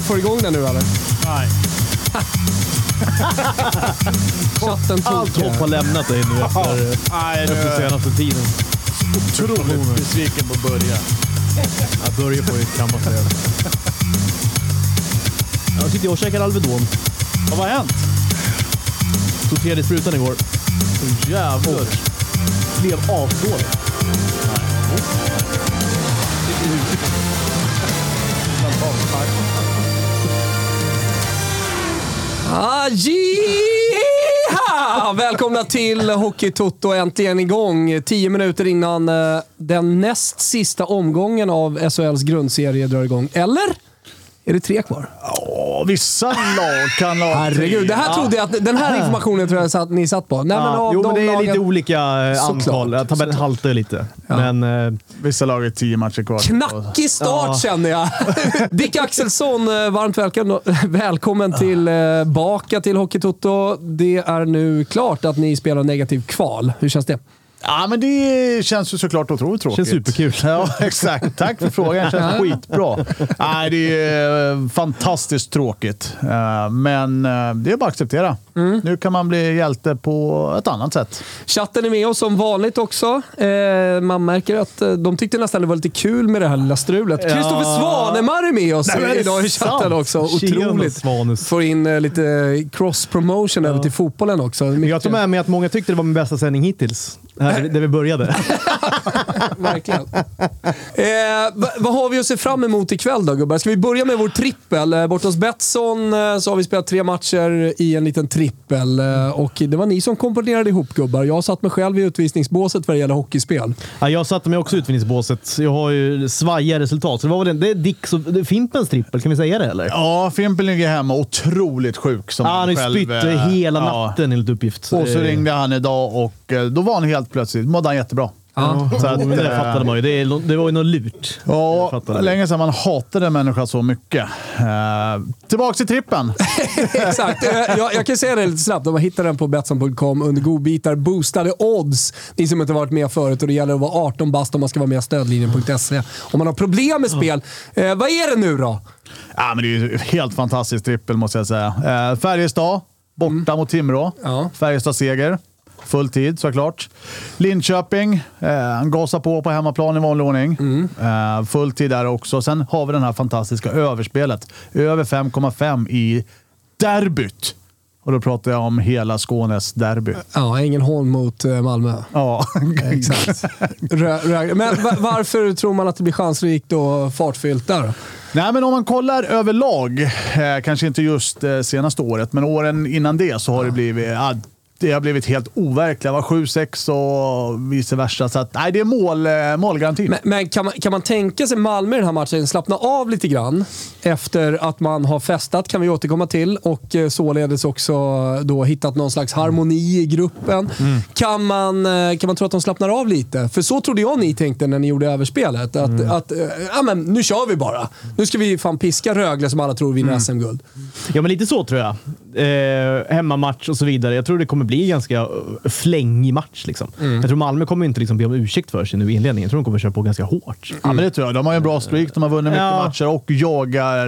får igång den nu eller? Nej. Chatten Allt hopp har lämnat dig nu efter senaste tiden. Otroligt besviken på Börje. Ja, Börje får ju kamma sig. Jag sitter och käkar Alvedon. Vad har hänt? Tog tredje sprutan igår. Så jävlar. Blev avstående. Välkomna till Hockey Toto, äntligen igång. 10 minuter innan den näst sista omgången av SHLs grundserie drar igång. Eller? Är det 3 kvar? Ja, vissa lag kan ha... Herregud, det här trodde jag att den här informationen tror jag att ni satt på. Nej, men av men det är lagen... lite olika antal. Tabellen haltar lite. Ja. Men vissa lag är 10 matcher kvar. Knackig start känner jag. Dick Axelsson, varmt välkommen tillbaka till Hockey Toto. Det är nu klart att ni spelar negativ kval. Hur känns det? Ja, men det känns ju såklart otroligt tråkigt. Känns superkul. Ja, exakt. Tack för frågan. Känns skitbra. Nej, det är fantastiskt tråkigt. Men det är bara att acceptera. Nu kan man bli hjälte på ett annat sätt. Chatten är med oss som vanligt också. Man märker att de tyckte nästan det var lite kul med det här lilla strulet. Kristoffer Svanemar är med oss idag i chatten också. Otroligt. Får in lite cross-promotion över till fotbollen också. Jag tror med att många tyckte det var min bästa sändning hittills. Här, där vi började. Verkligen. Vad har vi att se fram emot ikväll då, gubbar? Ska vi börja med vår trippel? Bort hos Betsson så har vi spelat 3 matcher i en liten trippel. Och det var ni som komponerade ihop, gubbar. Jag satt mig själv i utvisningsbåset vad det gäller hockeyspel. Ja, jag satte mig också i utvisningsbåset. Jag har ju svajiga resultat. Så det var väl det är Dicks och Fimpens trippel, kan vi säga det eller? Ja, Fimpen ligger hemma otroligt sjuk som han själv. Han spytt hela natten enligt uppgift. Och så ringde han idag och då var han helt plötsligt, mådde han jättebra. Ja, så att, det fattade man ju. Det var ju något lurt. Ja, länge sedan man hatade en människa så mycket. Tillbaka till trippen. Exakt. Jag kan säga det lite snabbt. De hittar den på Betsson.com under godbitar. Boostade odds. Ni som inte varit med förut. Och det gäller att vara 18 bast om man ska vara med i stödlinjen.se. Om man har problem med spel. Vad är det nu då? Ja, men det är ju helt fantastiskt trippel måste jag säga. Färjestad borta mot Timrå. Ja. Färjestad seger. Full tid såklart. Linköping, han gasar på hemmaplan i vanlig ordning. Full tid där också. Sen har vi den här fantastiska överspelet. Över 5,5 i derbyt. Och då pratar jag om hela Skånes derby. Ja, Ängelholm mot Malmö. Ja, exakt. Men varför tror man att det blir chansrikt och fartfyllt där? Nej, men om man kollar överlag, kanske inte just senaste året, men åren innan det så har det blivit... Det har blivit helt overkliga. Det var 7-6 och vice versa. Så att, nej, det är målgaranti. Men kan man tänka sig Malmö i den här matchen slappna av lite grann efter att man har festat, kan vi återkomma till, och således också då hittat någon slags harmoni i gruppen. Kan man tro att de slappnar av lite? För så trodde jag ni tänkte när ni gjorde överspelet. Att men nu kör vi bara. Nu ska vi fan piska Rögle som alla tror vinner SM-guld. Ja, men lite så tror jag. Hemmamatch och så vidare. Jag tror det kommer bli ganska flängig match liksom. Jag tror Malmö kommer inte liksom be om ursäkt för sig nu i inledningen. Jag tror de kommer köra på ganska hårt. Ja, men det tror jag. De har ju en bra streak, de har vunnit mycket matcher och jagar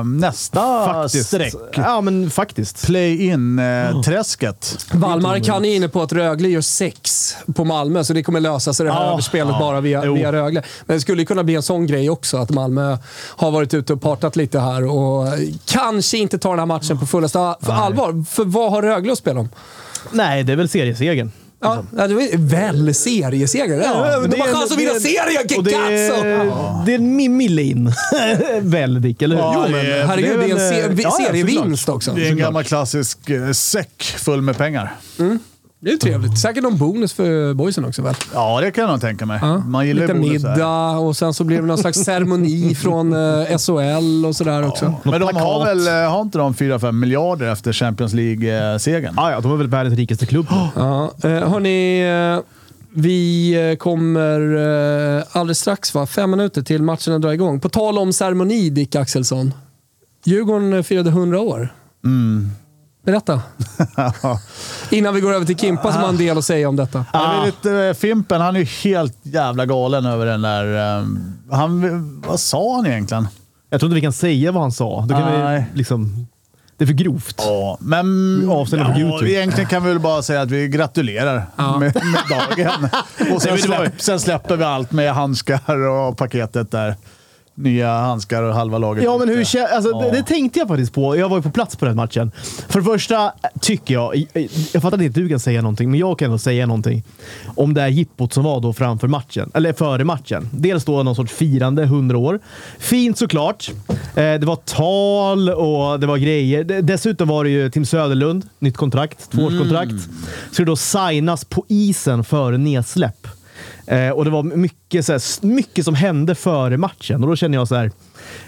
nästa streck. Ja, men faktiskt. Play-in-träsket. Wallmark kan inne på att Rögle gör 6 på Malmö, så det kommer lösa sig det här överspelet bara via Rögle. Men det skulle kunna bli en sån grej också, att Malmö har varit ute och partat lite här och kanske inte tar den här matchen på fullaste allvar. För vad har Rögle att spela om? Nej, det är väl seriesegern. Ja, det är väl serieseger. Ja, de har chans att vinna serien. Det är en mille in. Väldigt, eller hur? Ja, jo, men herregud, det är en serievinst också. Det är en gammal klassisk säck full med pengar. Det är trevligt. Säkert någon bonus för boysen också väl? Ja, det kan jag nog tänka mig. Man gillar lite middag och sen så blev det någon slags ceremoni från SHL och sådär också. Men de har inte de 4-5 miljarder efter Champions League-segern? Ja, de är väl världens rikaste klubb. Hörni, vi kommer alldeles strax 5 minuter till matchen drar igång. På tal om ceremoni, Dick Axelsson. Djurgården firade 100 år. Berätta. Innan vi går över till Kimpa som har en del att säga om detta. Fimpen, han är ju helt jävla galen över den där... vad sa han egentligen? Jag tror inte vi kan säga vad han sa. Då kan vi liksom... Det är för grovt. Ja, men egentligen kan vi väl bara säga att vi gratulerar med dagen. Och sen släpper vi allt med handskar och paketet där. Nya handskar och halva laget. Ja, men det tänkte jag faktiskt på. Jag var ju på plats på den matchen. För det första tycker jag fattar inte du kan säga någonting, men jag kan ändå säga någonting om det här jippot som var då framför matchen, eller före matchen. Dels då någon sorts firande, 100 år. Fint såklart. Det var tal och det var grejer. Dessutom var det ju Tim Söderlund, nytt kontrakt, 2-årskontrakt. Så det då signas på isen före nedsläpp. Och det var mycket som hände före matchen. Och då känner jag så här...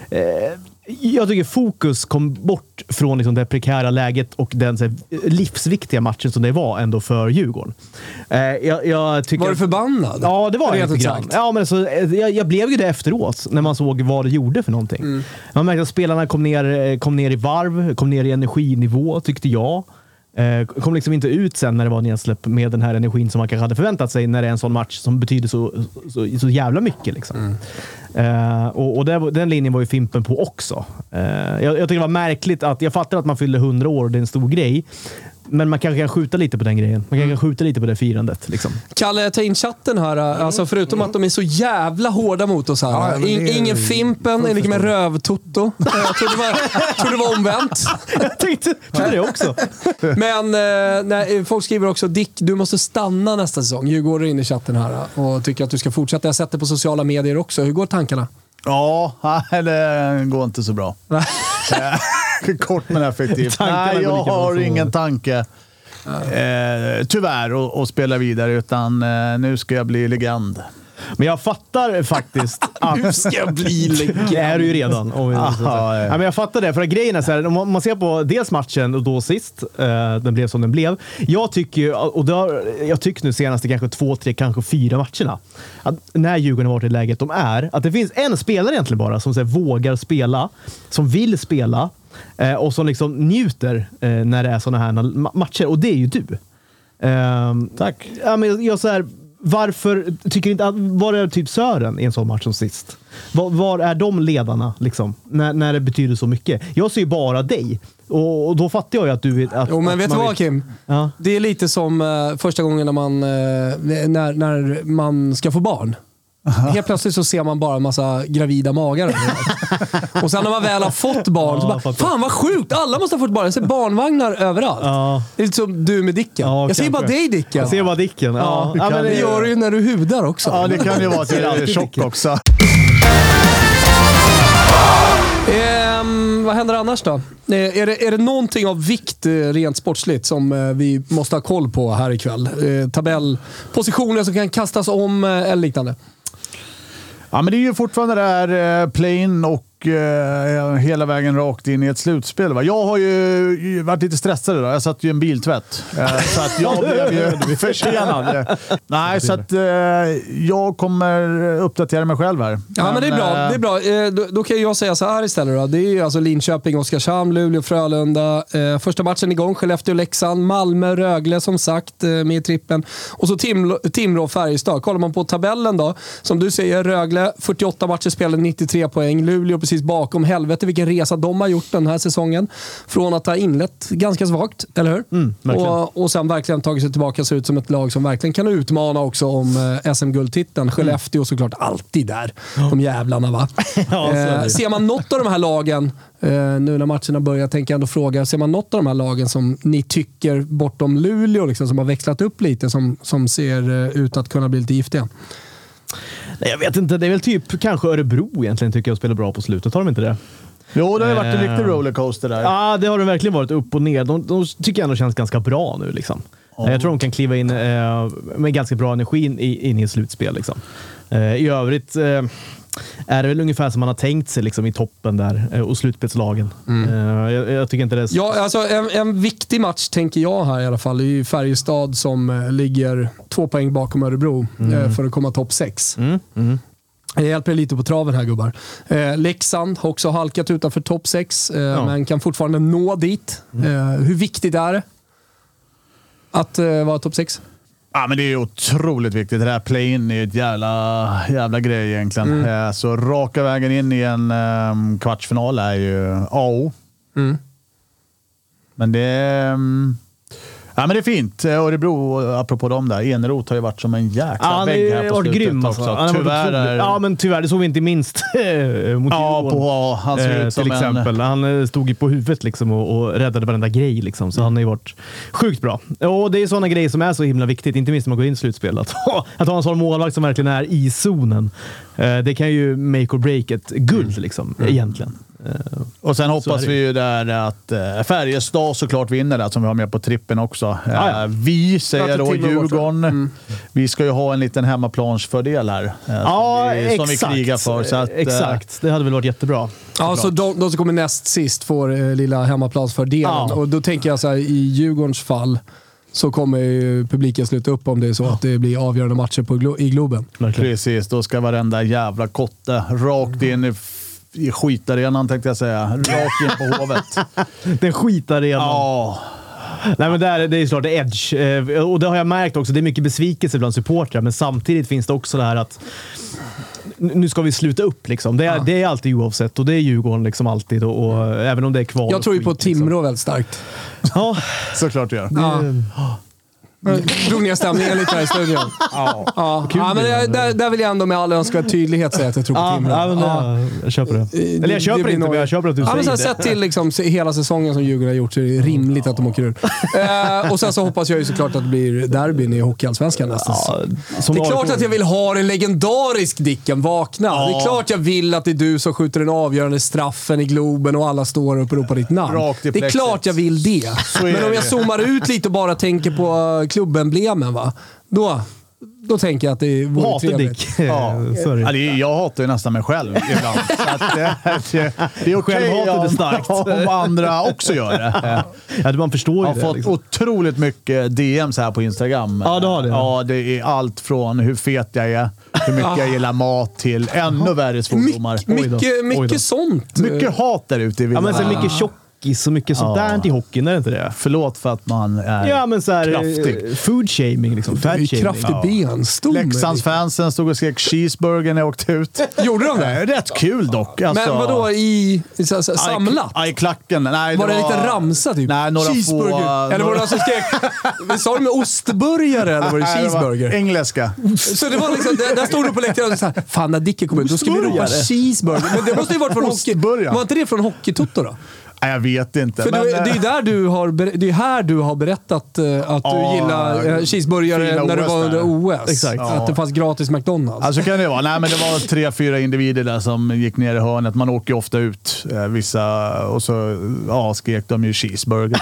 jag tycker fokus kom bort från liksom det prekära läget och den så här, livsviktiga matchen som det var ändå för Djurgården. Jag tycker var du förbannad? Ja, det var jag lite grann. Ja, men så, jag blev ju det efteråt när man såg vad det gjorde för någonting. Man märkte att spelarna kom ner i varv, kom ner i energinivå, tyckte jag. Kom liksom inte ut sen när det var nedsläpp med den här energin som man kanske hade förväntat sig när det är en sån match som betyder så jävla mycket liksom. Och den linjen var ju Fimpen på också. Jag tycker det var märkligt att jag fattar att man fyllde 100 år och det är en stor grej. Men man kanske kan skjuta lite på den grejen. Man kan skjuta lite på det firandet. Liksom. Kalle, ta in chatten här. Alltså förutom att de är så jävla hårda mot oss här. Ja, ingen Fimpen, är lika med rövtotto. Jag trodde det var omvänt. Jag tänkte det också. Men folk skriver också, Dick, du måste stanna nästa säsong. Hur går det in i chatten här och tycker att du ska fortsätta? Jag sätter på sociala medier också. Hur går tankarna? Ja, det går inte så bra. Kort men effektivt. Nej, jag har ingen tanke tyvärr att spela vidare, utan nu ska jag bli legend. Men jag fattar faktiskt att... Nu ska jag bli legend. Det är du ju redan. Ja, men jag fattar det, för grejen är så här, om man ser på dels matchen och då sist, den blev som den blev. Jag tycker, jag tycker nu senaste kanske 2, 3, kanske 4 matcherna, att när Djurgården har varit i läget de är, att det finns en spelare egentligen bara som så här, vågar spela, som vill spela och som liksom njuter när det är såna här matcher, och det är ju du. Tack. Ja, men jag så här, varför tycker inte att var är typ Sören i en sån match som sist? Var är de ledarna liksom när det betyder så mycket? Jag ser ju bara dig. Och då fattar jag ju att du jo, men vet du vad, Kim? Ja. Det är lite som första gången när man ska få barn. Helt plötsligt så ser man bara en massa gravida magar. Och sen när man väl har fått barn så bara, fan vad sjukt, alla måste ha fått barn. Jag ser barnvagnar överallt. Det är lite som du med Dicken. Jag ser bara dig, Dicken. Jag ser bara Dicken. Men det gör du ju när du hudar också. Ja, det kan ju vara till tjock också. Vad händer annars då? Är det någonting av vikt rent sportsligt som vi måste ha koll på här ikväll? Tabellpositioner som kan kastas om eller liknande? Ja, men det är ju fortfarande det här play-in och hela vägen rakt in i ett slutspel. Va? Jag har ju varit lite stressad idag. Jag satt ju i en biltvätt. Så att jag blev ju försenad. Nej, så att jag kommer uppdatera mig själv här. Ja, men det är bra. Då kan jag säga så här istället då. Det är ju alltså Linköping, Oskarshamn, Luleå, Frölunda. Första matchen igång, Skellefteå, Leksand, Malmö, Rögle som sagt med i trippen. Och så Timrå, Färjestad. Kollar man på tabellen då, som du säger, Rögle 48 matcher spelade, 93 poäng. Luleå precis bakom, helvete vilken resa de har gjort den här säsongen. Från att ha inlett ganska svagt, eller hur? Och sen verkligen tagit sig tillbaka, ser ut som ett lag som verkligen kan utmana också om SM-guldtiteln. Skellefteå såklart alltid där. De jävlarna, va? Ser man något av de här lagen, nu när matcherna börjar, tänker jag ändå fråga, ser man något av de här lagen som ni tycker bortom Luleå liksom, som har växlat upp lite, som ser ut att kunna bli lite giftiga? Nej, jag vet inte. Det är väl typ kanske Örebro egentligen tycker jag spelar bra på slutet. Har de inte det? Jo, det har varit en riktig rollercoaster där. Ja, det har de verkligen varit upp och ner. De tycker jag ändå känns ganska bra nu. Liksom. Jag tror de kan kliva in med ganska bra energi in i ett slutspel. Liksom. I övrigt är det väl ungefär som man har tänkt sig liksom, i toppen där och slutspelslagen. Jag tycker inte det är... Ja, alltså en viktig match tänker jag här i alla fall är ju Färjestad som ligger 2 poäng bakom Örebro för att komma topp 6. Jag hjälper lite på traven här, gubbar. Leksand har också halkat utanför topp 6 men kan fortfarande nå dit. Hur viktigt är det att vara topp 6? Ja, men det är otroligt viktigt. Det här play-in är ett jävla grej egentligen. Så raka vägen in i en kvartsfinal är ju AO. Men det är... Ja, men det är fint. Örebro, apropå dem där. Eneroth har ju varit som en jäkla vägg här på slutet grym, också. Alltså. Tyvärr, det såg vi inte minst mot han ser ut som till exempel. Han stod ju på huvudet liksom och räddade varenda grej. Liksom. Så han har ju varit sjukt bra. Och det är sådana grejer som är så himla viktigt. Inte minst när man går in i slutspel. Att ha en sån målvakt som verkligen är i zonen. Det kan ju make or break ett guld liksom, egentligen. Och sen hoppas vi ju där att Färjestad såklart vinner där, som vi har med på trippen också. Vi säger då Djurgården. Vi ska ju ha en liten hemmaplansfördel här. Som vi krigar för. Så att, exakt, det hade väl varit jättebra. Ja, så de som kommer näst sist får lilla hemmaplansfördelen. Och då tänker jag så här, i Djurgårdens fall så kommer ju publiken sluta upp om det är så att det blir avgörande matcher i Globen. Precis, då ska varenda jävla kotte rakt in i skitarenan, tänkte jag säga. Rakt in på Hovet. Den skitarenan. Ja. Nej, men det är klart, det är edge. Och det har jag märkt också. Det är mycket besvikelse bland supportrar, men samtidigt finns det också det här att nu ska vi sluta upp liksom. Det är alltid oavsett, och det är Djurgården liksom alltid, och även om det är kval. Jag tror ju på Timrå liksom. Väldigt starkt. Ja, såklart det gör. Drog ner stämningen lite här i studion. Men där vill jag ändå med all önskvärd tydlighet säga att jag tror på Timrå. Jag köper det. Eller jag köper inte, men jag köper att du säger det. Sett till liksom, hela säsongen som Djurgården har gjort så är det rimligt att de åker ur. Och sen så hoppas jag ju såklart att det blir derbyn i Hockeyallsvenskan nästan. Det är klart att jag vill ha en legendarisk Dicken vakna. Det är klart jag vill att det är du som skjuter den avgörande straffen i Globen och alla står upp och ropar ditt namn. Det är klart jag vill det. Men om jag zoomar ut lite och bara tänker på klubbemblemen, va? Då tänker jag att det vore trevligt. Jag hatar ju nästan mig själv ibland. Så att det är okej om andra också gör det. Man förstår ju det. Jag har fått otroligt mycket DMs här på Instagram. Ja, det har det. Ja, det är allt från hur fet jag är, hur mycket jag gillar mat till ännu värre svordomar. Mycket sånt. Mycket hat där ute i villan. Men så mycket så mycket sådär i hockeyn, är det inte det? Förlåt för att man är kraftig. Food shaming liksom. Kraftig benstom. Leksandsfansen stod och skrek cheeseburger när jag åkte ut. Gjorde de det? Rätt kul dock. Alltså, men vadå, samlat? I klacken. Nej, var det en liten ramsa typ? Nej, några cheeseburger. få... Eller var det någon som skrek... Sa du med ostburgare eller var det cheeseburger? Det var engelska. Så det var liksom, där stod du på läktaren och sa fan, när Dicke kommer ut, då ska vi ropa cheeseburger. Men det måste ju varit från hockey. Var inte det från Hockeytotto då? Jag vet inte. För men, det är där det är här du har berättat att du gillar cheeseburgare när du var under OS. Exakt. Att det fanns gratis McDonalds. Alltså kan det vara. Nej, men det var 3-4 individer där som gick ner i hörnet. Man åker ju ofta ut vissa och så skrek de ju cheeseburger.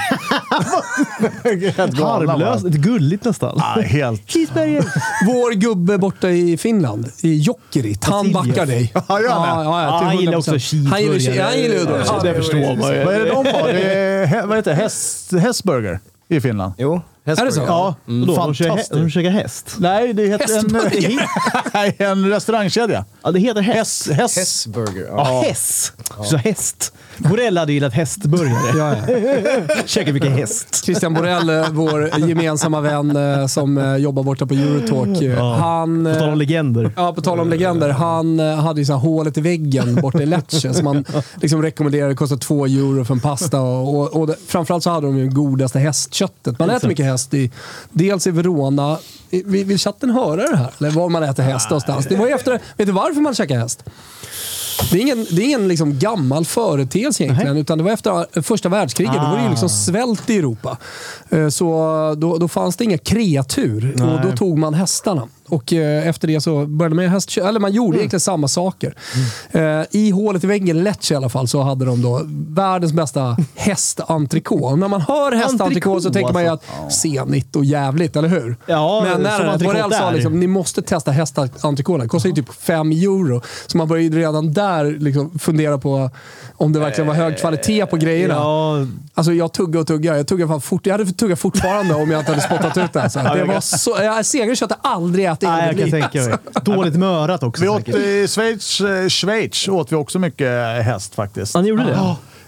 Harmlöst, ett gulligt nästan. Helt. Cheeseburger. Vår gubbe borta i Finland, i Jokerit, han backar dig. Han gillar också cheeseburger. Han gillar ju då. Det förstår man ju. Vad är det de har? Det är, vad heter det? Hästburger i Finland. Jo. Är det så? Ja, fantastiskt. De käkar häst? Nej, det heter en restaurangkedja. Ja, det heter häst. Hästburger. Ja, häst. Så häst. Borrell hade gillat hästburgare. Käkar mycket häst. Christian Borrell, vår gemensamma vän som jobbar borta på Eurotalk. Han, på tal om legender. Ja, på tal om legender. Han hade ju så här hålet i väggen borta i Lecce som man liksom rekommenderade, kostar 2 euro för en pasta. Och framförallt så hade de ju godaste hästköttet. Man äter mycket häst dels i Verona. Vill chatten höra det här? Eller var man äter häst någonstans? Det var ju efter, vet du varför man käkar häst? Det är ingen liksom gammal företeelse egentligen, utan det var efter första världskriget. Då var det ju liksom svält i Europa. Så då fanns det inga kreatur. Nej. Och då tog man hästarna. Och efter det så började man eller man gjorde egentligen samma saker. I hålet i väggen, Lecce i alla fall, så hade de då världens bästa hästantrikå. När man hör hästantrikå så tänker man ju att senigt och jävligt, eller hur? Ja, men när Borrell sa liksom, ni måste testa hästantrikåerna. Det kostar ju typ 5 euro. Så man började redan där liksom fundera på om det verkligen var hög kvalitet på grejerna. Ja. Alltså jag tuggar. Jag hade tuggat fortfarande om jag inte hade spottat ut det. Så det var så... Segerkött har aldrig ätit. Nej, jag kan tänka mig. Dåligt mörat också. Vi åt i Schweiz åt vi också mycket häst faktiskt. Han gjorde det?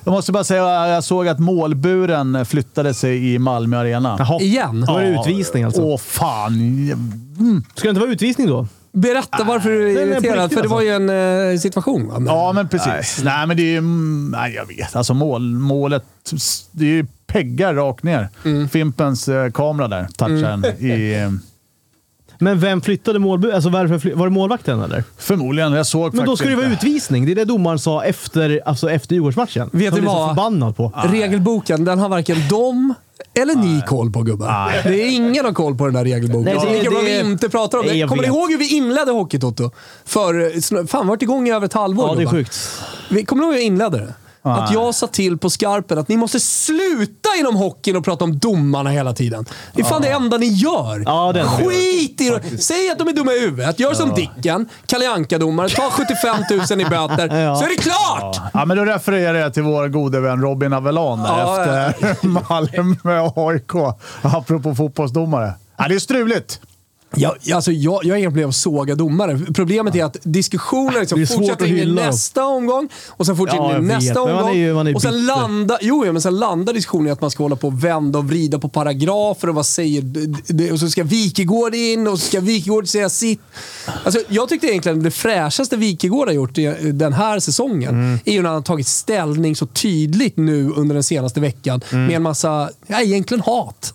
Jag måste bara säga, jag såg att målburen flyttade sig i Malmö Arena. Jaha. Igen? Då är det utvisning alltså. Åh fan. Ska det inte vara utvisning då? Berätta varför du är irriterad, för det var ju en situation. Va? Ja, men precis. Nej, men det är ju... Nej, jag vet. Alltså målet... Det är ju peggar rakt ner. Fimpens kamera där touchar den i... Men vem flyttade målburen? Alltså var det målvakten eller? Förmodligen, jag såg. Men då skulle det vara utvisning. Det är det domaren sa efter Djurgårdsmatchen. Vet du vad? Förbannad på. Regelboken, den har varken de eller ni koll på, gubbar. Det är ingen har koll på den där regelboken. Nej, det är lika bra vi inte pratar om det. Kommer ni ihåg hur vi inledde Hockey Toto? Fan, varit igång i över ett halvår. Ja, det är sjukt. Kommer ni ihåg hur vi inledde det? Att jag sa till på skarpen att ni måste sluta inom hockeyn och prata om domarna hela tiden. Det är fan det enda ni gör. Ja, skit i det. Säg att de är dumma i huvudet. Gör som Dicken, Kalle Anka-domare. Ta 75 000 i böter. Så är det klart! Ja, men då refererar jag till vår gode vän Robin Avellan efter Malmö och AIK. Apropå fotbollsdomare. Ja, det är struligt. Jag har inga problem att såga domare. Problemet är att diskussioner liksom fortsätter in i nästa omgång och sen fortsätter in i nästa omgång. Man är och sen landar diskussionen i att man ska hålla på och vända och vrida på paragrafer och vad säger det, och så ska Wikegård in och så ska Wikegård säga sitt. Alltså, jag tyckte egentligen det fräschaste Wikegård har gjort den här säsongen är ju när han har tagit ställning så tydligt nu under den senaste veckan med en massa, egentligen hat.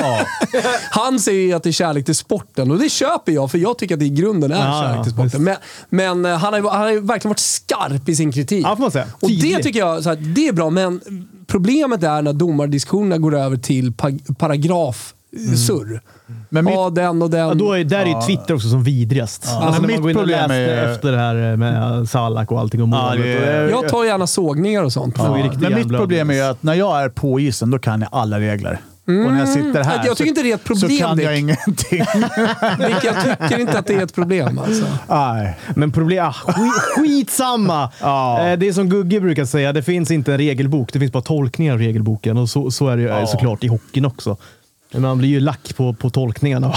Han säger ju att det är kärlek till sporten och det köper jag, för jag tycker att det i grunden är kärlek till sporten. Men han har ju verkligen varit skarp i sin kritik. Ja, får man säga. Och det tycker jag så här, det är bra, men problemet är när domardiskussionerna går över till paragrafsurr. Men den och den. Ja, då är ju Twitter också som vidrigast. Alltså, mitt problem är efter det här med Salak och allting. Jag tar gärna sågningar och sånt. Men mitt problem är att när jag är på isen, då kan jag alla regler. Och när jag sitter här jag tycker inte det är ett problem, så kan jag ingenting. Jag tycker inte att det är ett problem. Alltså. Men skitsamma. Det är som Gugge brukar säga, det finns inte en regelbok, det finns bara tolkningar av regelboken. Och så är det ju såklart i hockeyn också. Men man blir ju lack på tolkningarna.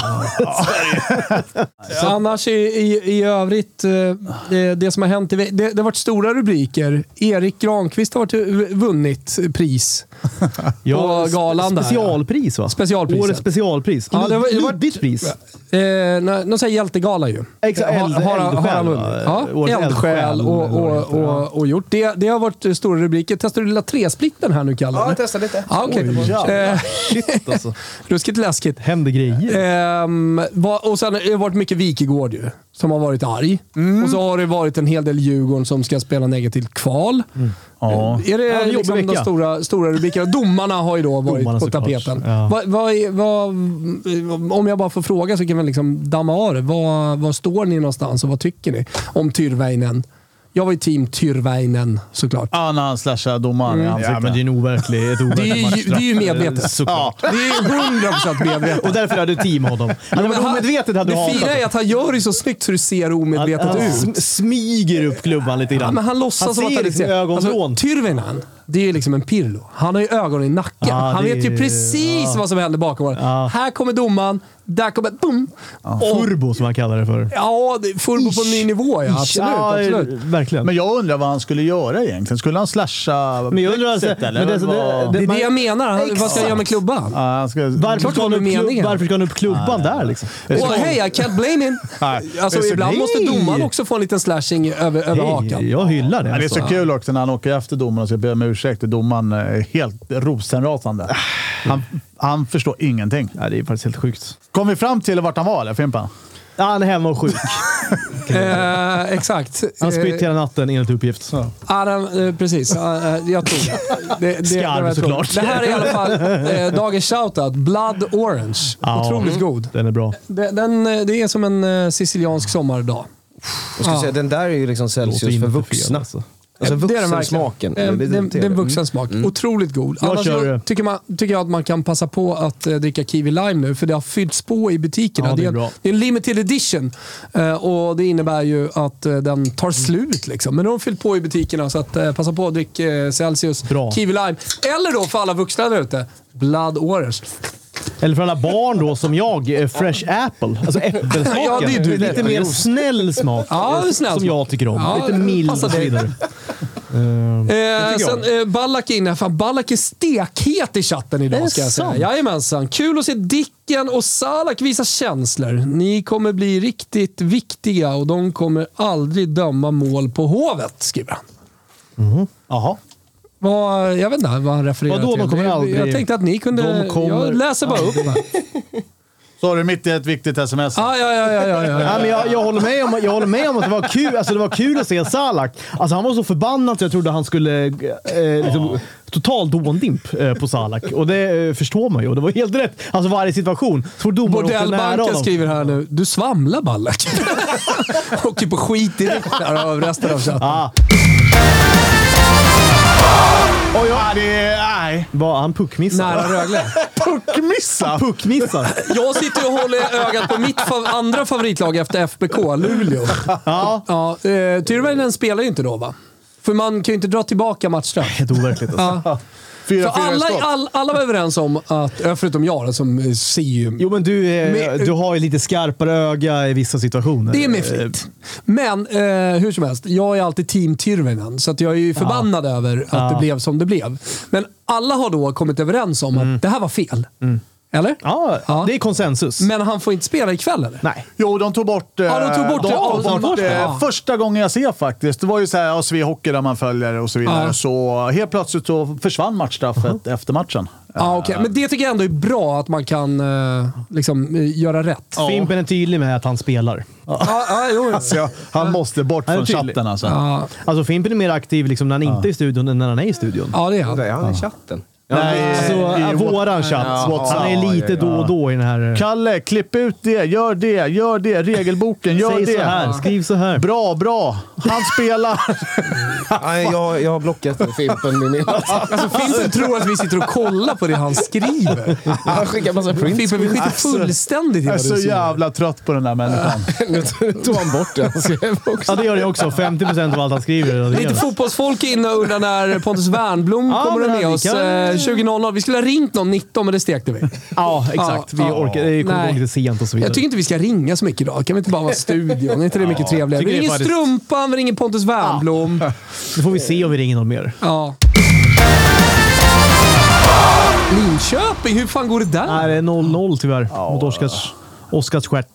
Så annars i övrigt, det som har hänt, det har varit stora rubriker. Erik Granqvist har vunnit pris på galan där. Specialpris, va? Specialpriset. Årets specialpris. Ja, det var ditt pris. Någon säger hjältegala ju. Eldsjäl och gjort. Det har varit stora rubriker. Testar du lilla tresplitten här nu, Kalle? Ja, jag testar lite. Shit alltså. Ruskigt läskigt. Händer grejer. Och sen har det varit mycket Wikegård ju, som har varit arg. Och så har det varit en hel del Djurgården som ska spela negativt kval. Är det liksom de stora rubrikerna? Domarna har ju då varit på tapeten. Om jag bara får fråga så kan man liksom damma av det. Var står ni någonstans och vad tycker ni om Tyrväinen? Jag var ju team Tyrväinen, såklart. Ja, när han slashar domaren i ansiktet. Ja, men det är en overklig det är ju medvetet. Såklart. Det är 100% medvetet. Och därför hade du team honom. Omedvetet hade du hatat. Det fina är att han gör det så snyggt så det ser omedvetet ut. Smyger upp klubban lite grann. Ja, men han låtsas som att han liksom ögonvrån. Tyrväinen, det är ju liksom en Pirlo. Han har ju ögonen i nacken. Han vet ju precis vad som händer bakom honom. Här kommer domaren. Där kommer boom. Furbo som han kallar det för. Ja, furbo på en ny nivå. Ja, absolut. Verkligen. Men jag undrar vad han skulle göra egentligen. Skulle han slasha men jag undrar Brexit, eller? Det är det jag menar. Vad ska han göra med klubban? Varför ska han upp klubban där liksom? Hej, I can't blame him. Alltså, ibland måste domaren också få en liten slashing över hakan. Jag hyllar det. Det är så kul också när han åker efter domaren och ska be om ursäkt. Domaren är helt rosenrasande. Han förstår ingenting. Ja, det är faktiskt helt sjukt. Kom vi fram till vart han var, eller Fimpan? Ja, han är hemma och sjuk. Exakt. Han spytt hela natten enligt uppgift. Precis. Jag tror det. Skarv såklart. Det här är i alla fall dagens shoutout. Blood Orange. Otroligt god. Den är bra. Det är som en siciliansk sommardag. Jag ska säga, den där är ju liksom Celsius för vuxna. Alltså vuxensmaken. Det är en vuxensmak. Otroligt god. Annars tycker jag att man kan passa på att dricka Kiwi Lime nu, för det har fyllts på i butikerna. Ja, det är en limited edition. Och det innebär ju att den tar slut liksom. Men de har fyllt på i butikerna, så att passa på att dricka Celsius, Kiwi Lime. Eller då för alla vuxna där ute, Blood Orange. Eller för alla barn då som jag, Fresh Apple. Alltså äppelsmaken. Ja, det är lite mer snäll smak. Ja, snäll som jag tycker om. Ja, lite mild och så vidare. Sen Ballack är inne. Fan, Ballack är stekhet i chatten idag, ska jag säga. Jajamensan. Kul att se Dicken och Salak visa känslor. Ni kommer bli riktigt viktiga och de kommer aldrig döma mål på Hovet, skriver han. Jaha. Jag vet inte vad han refererar till. De kommer aldrig... Jag tänkte att ni kunde... Jag läser bara upp. Så är det mitt i ett viktigt sms. Ja, men jag håller med om att det var kul. Alltså, det var kul att se Salak. Alltså, han var så förbannad så jag trodde han skulle liksom, total dåndimp på Salak. Och det förstår man ju. Och det var helt rätt. Alltså varje situation. Bordellbanken skriver här nu. Du svamlar, Ballack. Och på skit direkt där av resten av chatten. Oj, nej. Var han puckmissar? Nära Rögle. Puckmissar? Jag sitter och håller ögat på mitt andra favoritlag efter FBK, Luleå. Ja. Tyrväinen spelar ju inte då, va? För man kan ju inte dra tillbaka matchstraff. Helt overkligt alltså. Ja. För alla var överens om att, förutom jag som ser ju... Jo, men du har ju lite skarpare öga i vissa situationer. Det är med flit. Men hur som helst, jag är alltid team Tyrväinen, så att jag är ju förbannad över att det blev som det blev. Men alla har då kommit överens om att det här var fel. Eller? Ja, det är konsensus. Men han får inte spela ikväll, eller? Nej. Jo, de tog bort första gången jag ser faktiskt. Det var ju så här Sve Hockey där man följer och så vidare. Så helt plötsligt så försvann matchstraffet efter matchen. Okay. Men det tycker jag ändå är bra att man kan göra rätt. Fimpen är tydlig med att han spelar. Alltså, han måste bort från chatten alltså. Alltså Fimpen är mer aktiv liksom, när han inte är i studion än när han är i studion. Ja, det är han. Det är han i chatten. Nej, alltså våran chatt. Han är lite då och då i den här... Kalle, klipp ut det, gör det, regelboken, gör Säg det. Så här, skriv så här. Bra, han spelar. Nej, jag har blockat Fimpen. Alltså Fimpen tror att vi sitter och kollar på det han skriver. Han skickar massa prints. Fimpen, vi skiter fullständigt i vad du säger. Jag är så jävla trött på den där människan. Nu tog han bort det. Ja, det gör det också. 50% av allt han skriver. Lite fotbollsfolk inne och undrar när Pontus Wernbloom kommer med oss. 20.00. Vi skulle ha ringt någon 19, men det stekte vi. Ja, exakt. Vi orkar. Det kommer lite sent och så vidare. Jag tycker inte vi ska ringa så mycket idag. Kan vi inte bara vara i studion? Är inte det mycket trevligare? Vi ringer Strumpan, vi ringer Pontus Wernbloom. Nu får vi se om vi ringer någon mer. Ja. Linköping, hur fan går det där? Nej, det är 0-0 tyvärr. Mot Oskarsstjärt.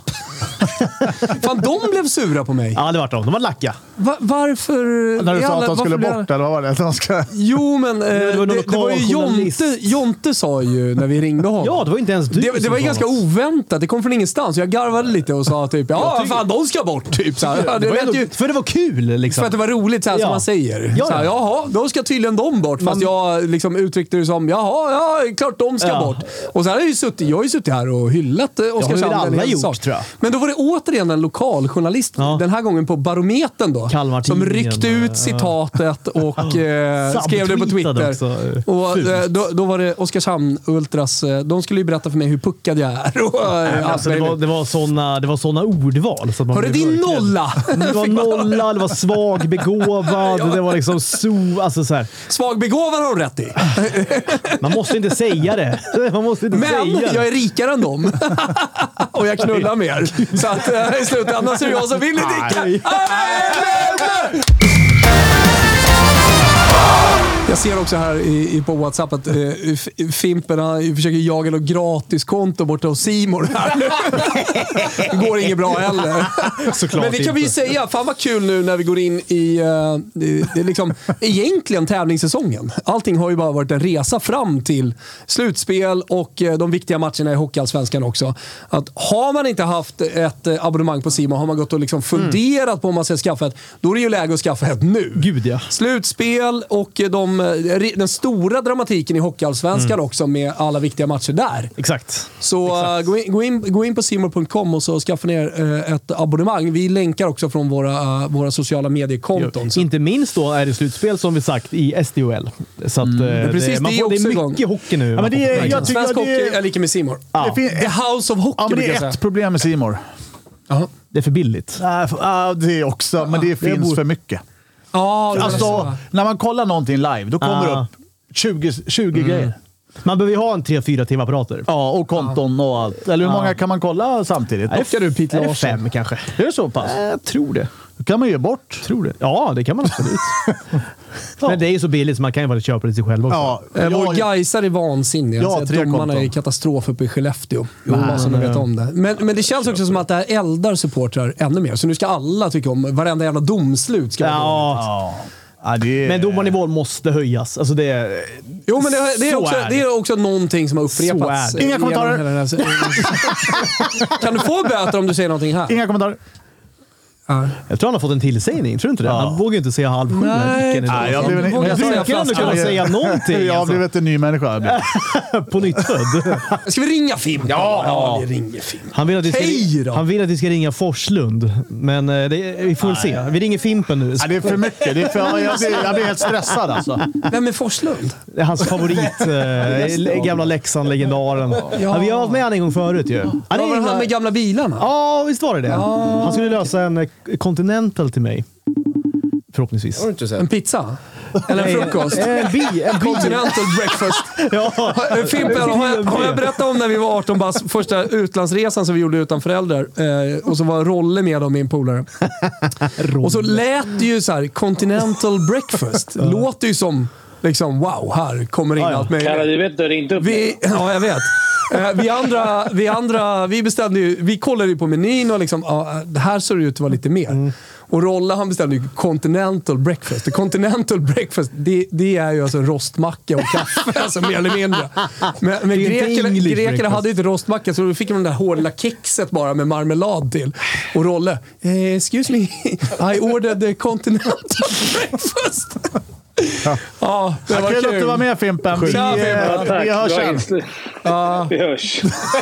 Fan, de blev sura på mig. Ja, det var de. De var lacka. Varför? När du sa att de skulle bort, eller vad var det? De ska... Jo, men det var ju Jonte sa ju när vi ringde honom. Ja, det var inte ens du. Det var ju ganska oväntat. Det kom från ingenstans. Jag garvade lite och sa typ, fan, de ska bort. Typ, så här. Det var ju, för det var kul liksom. För att det var roligt så här, som man säger. Så här, jaha, då ska tydligen de bort. Fast jag liksom uttryckte det som, klart de ska bort. Och så här jag har ju suttit här och hyllat Oskarshamn. Alla gjort, tror jag. Men då var det återigen en lokal journalist, den här gången på Barometern då, som ryckte ut citatet och skrev det på Twitter. Och då var det Oskarshamn Ultras, de skulle ju berätta för mig hur puckad jag är. Och, alltså, det var såna ordval. Så hörde din nolla? Det var nolla, det var svagbegåvad, det var liksom alltså så här. Svagbegåvad har de rätt i. Man måste inte säga det. Men jag är rikare än dem. Och jag knullar mer. Så att i slutändan så är jag som vill dricka. Jag ser också här på WhatsApp att Fimpen försöker jaga något gratiskonto borta hos Simor här. Det går inget bra heller. Såklart. Men det kan vi ju säga. Fan vad kul nu när vi går in i det liksom, egentligen tävlingssäsongen. Allting har ju bara varit en resa fram till slutspel och de viktiga matcherna i Hockeyallsvenskan också. Att har man inte haft ett abonnemang på Simor, har man gått och liksom funderat på om man ska skaffa ett, då är det ju läge att skaffa ett nu. Gud, ja. Slutspel och den stora dramatiken i Hockeyallsvenskan också med alla viktiga matcher där. Exakt. Så gå in på simor.com och så skaffa ner ett abonnemang. Vi länkar också från våra sociala mediekonton. Inte minst då är det slutspel som vi sagt i SDHL. Så att, precis, det är mycket hockey nu. Ja, men svensk hockey är lika med Simor. Ja. The House of Hockey. Ja, men det är ett problem med Simor. Det är för billigt. Det är också, men det finns för mycket. Alltså, när man kollar någonting live, då kommer det upp 20 grejer. Man behöver ju ha en 3-4 timapparater. Ja, och konton och allt. Eller hur många kan man kolla samtidigt? Orkar du Pete Larsson? 5 kanske. Det är så pass? Jag tror det. Då kan man ge bort. Tror det. Ja, det kan man absolut. Men det är ju så billigt så man kan ju bara köpa det till sig själv också. Ja, vår Gaisar är vansinnig. Ja, domarna är katastrof uppe i Skellefteå. Bara så ni vet om det. Men det känns också som att det här eldar supportrar ännu mer. Så nu ska alla tycka om varenda jävla domslut. Ska Ja, Men domarnivån måste höjas. Alltså det är... Jo, men det är också någonting som har upprepats. Inga kommentarer. Kan du få böter om du säger någonting här? Inga kommentarer. Jag tror han har fått en tillsägning, tror du inte det? Han vågar inte säga halv 7. Nej, jag brukar ändå kunna säga någonting. Jag har blivit en ny människa. På nytt född. Ska vi ringa Fimp? Ja, vi ringer Fimp. Han vill att vi ska ringa Forslund. Men vi får väl se. Vi ringer Fimpen nu. Det är för mycket. Jag blir helt stressad alltså. Vem är Forslund? Det är hans favorit. Gamla Leksand-legendaren. Ja. Vi har varit med han en gång förut ju. Han med gamla bilarna? Ja, visst var det. Han skulle lösa en Continental till mig. Förhoppningsvis. En pizza? Eller en frukost? En Continental breakfast. Fimpen, har jag berättat om när vi var 18 bast, första utlandsresan som vi gjorde utan föräldrar, och så var Rolle med om min polare. Och så lät det ju så här, Continental breakfast. Låter ju som liksom, wow, här kommer in allt möjligt. Kalle, du vet, du ringde upp. Ja, jag vet. Vi bestämde ju, vi kollade ju på menyn och liksom, det här såg ut att vara lite mer. Och Rolla, han bestämde ju Continental breakfast. Continental breakfast, det är ju alltså rostmacka och kaffe, alltså mer eller mindre. Men grekerna hade ju inte rostmacka, så då fick de där hårda kexet bara med marmelad till. Och Rolle, excuse me, I ordered the Continental breakfast. Ja, det var kul. Kul att du var med, Fimpen. Vi hörs sen. Vi hörs.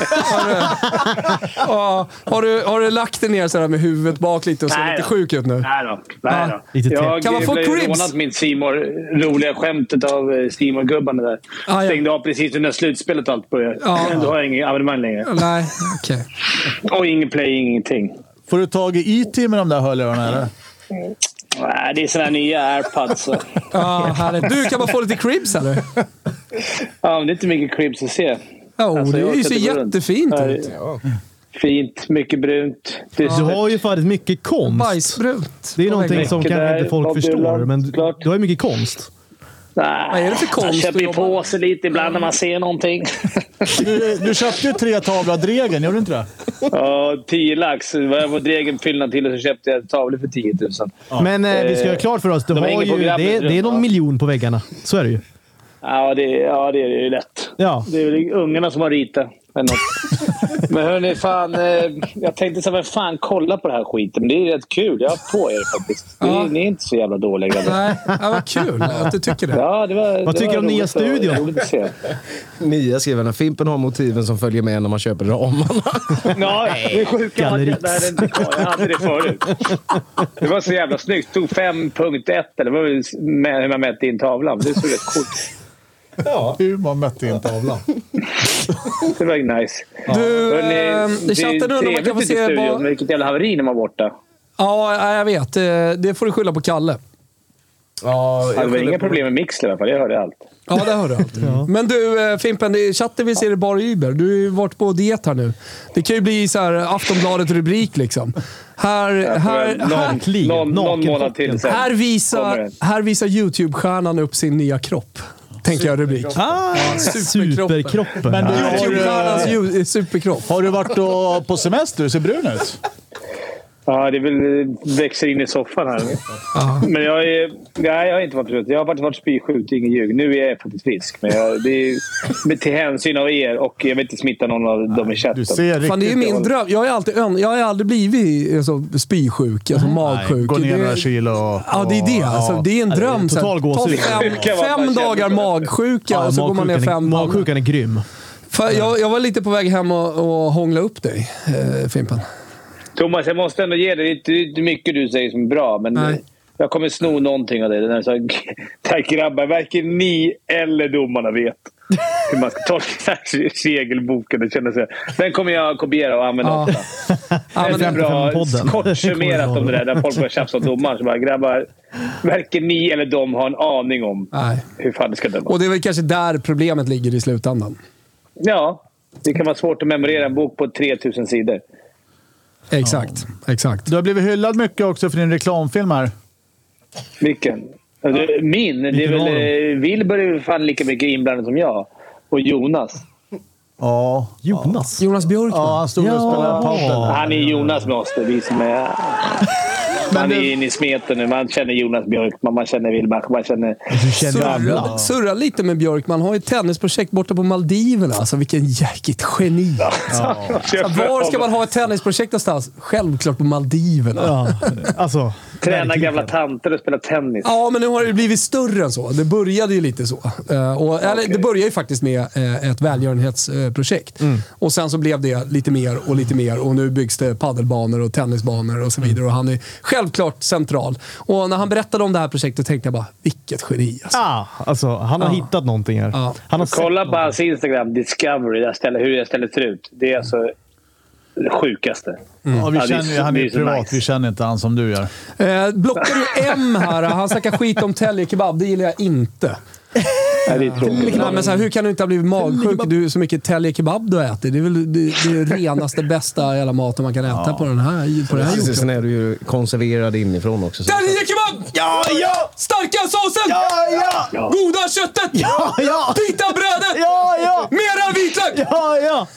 Har du lagt dig ner så här med huvudet bak lite och ser lite sjuk ut nu? Nej då. Kan man få blev cribs? rånat mitt roliga skämtet av Simor-gubbarna där. Stängde av precis när slutspelet och allt började. Då har jag ingen abonnemang längre. Nej, okej. Och ingen play, ingenting. Får du tag i IT med de där hörlurarna eller? Nej, det är sådana nya AirPods. Du, kan man få lite cribs eller? Ja, men det är inte mycket cribs att se. Det ser jättefint ut. Fint, mycket brunt. Du har ju faktiskt mycket konst. Bajsbrunt. Det är någonting som kanske inte folk förstår, men du har ju mycket konst. Nej, vad är det för konst? Man köper ju på sig lite ibland när man ser någonting. Du köpte ju 3 tavlor av Dregen, gjorde du inte det? Ja, 10 lax. Jag var Dregen fyllnad till och så köpte jag tavlor för 10 000. Ja. Men vi ska göra klart för oss, det är någon miljon på väggarna. Så är det ju. Ja, det är ju lätt. Ja. Det är väl ungarna som har ritat. Men hörni, fan, jag tänkte så här, fan, kolla på det här skiten. Men det är rätt kul, jag har på er faktiskt. Ni är inte så jävla dåliga. Nej, vad kul att du tycker det. Ja, vad tycker du om nya studion? Nya skriverna. Fimpen har motiven som följer med när man köper ramarna. Ja, det är sjuka. Jag hade det förut. Det var så jävla snyggt. Tog 5.1 eller vad var hur man mätte in tavlan. Det såg rätt coolt. Ja, hur man mätte in tavlan. Det var nice. Det chatten nu när man kan få se vilket jävla haveri när man var borta. Ja, jag vet. Det får du skylla på Kalle. Ja, det var inga problem med mixer i alla fall. Jag hörde allt. Ja, det hörde allt. Ja. Men du, Fimpen, chatten vill se det bara Uber. Du har ju varit på diet här nu. Det kan ju bli så här Aftonbladet-rubrik liksom. Någon månad till sen. Här visar YouTube-stjärnan upp sin nya kropp. Tänker jag rubrik. Superkroppen. Men YouTube-stjärnans superkropp. Har du varit på semester? Du ser brun ut. Ja, det växer in i soffan här. Men jag har inte varit sjuk. Jag har varit spysjuk, ingen ljug. Nu är jag faktiskt frisk. Men det är till hänsyn av er och jag vill inte smitta någon av dem i chatten. Fan, det är ju min dröm. Jag har aldrig blivit alltså, spysjuk, alltså magsjuk. Gå ner några kilo. Ja, det är det. Alltså, det är en dröm. Total gåshud. 5 dagar magsjuka och så går man ner 5 dagar. Magsjukan är grym. Jag var lite på väg hem och hångla upp dig, Fimpen. Thomas, jag måste ändå ge dig. Det är inte mycket du säger som är bra, men jag kommer sno någonting av det. Tack grabbar, varken ni eller domarna vet hur man ska tolka segelboken. Den kommer jag kopiera och använda ofta. Det är bra kort summerat om det där folk börjar tjafsa om domaren. Så bara, grabbar, varken ni eller de har en aning om hur fan det ska dömas. Och det är väl kanske där problemet ligger i slutändan. Ja, det kan vara svårt att memorera en bok på 3000 sidor. Exakt. Du har blivit hyllad mycket också för din reklamfilm här. Vilken? Min? Det är väl... Wilbur är fan lika mycket inblandad som jag. Och Jonas. Ja. Jonas Björkman. Ja, han stod och spelade padel. Han är Jonas med oss. Vi som är... Man är inne i smeten nu. Man känner Jonas Björkman, man känner Wilbur, man känner... Surra lite med Björkman. Han har ju ett tennisprojekt borta på Maldiverna. Alltså vilken jäkligt geni. Ja. Var ska man ha ett tennisprojekt någonstans? Självklart på Maldiverna. Ja, alltså... Träna gamla tanter och spela tennis. Ja, men nu har det blivit större än så. Det började ju lite så. Det började ju faktiskt med ett välgörenhetsprojekt. Och sen så blev det lite mer. Och nu byggs det paddelbanor och tennisbanor och så vidare. Och han är självklart central. Och när han berättade om det här projektet tänkte jag bara, vilket geni. Alltså han har hittat någonting här. Ja. Han har kolla på hans Instagram, Discovery, hur jag ställer ser ut. Det är alltså... det sjukaste. Ja, vi känner, han är privat. Nice. Vi känner inte han som du gör. Blockar du M här? Han snackar skit om telekebab. Det gillar jag inte. Nej, det är tråkigt. Nej, men så här, hur kan du inte ha blivit magsjuk? Du så mycket telekebab du äter. Det är väl det renaste, bästa jävla maten man kan äta på den här på det här jorden. Sen är du ju konserverad inifrån också. Telekebab! Ja! Starka såsen! Ja! Goda köttet! Ja! Pitabrödet! Ja! Mera vitlök! Ja!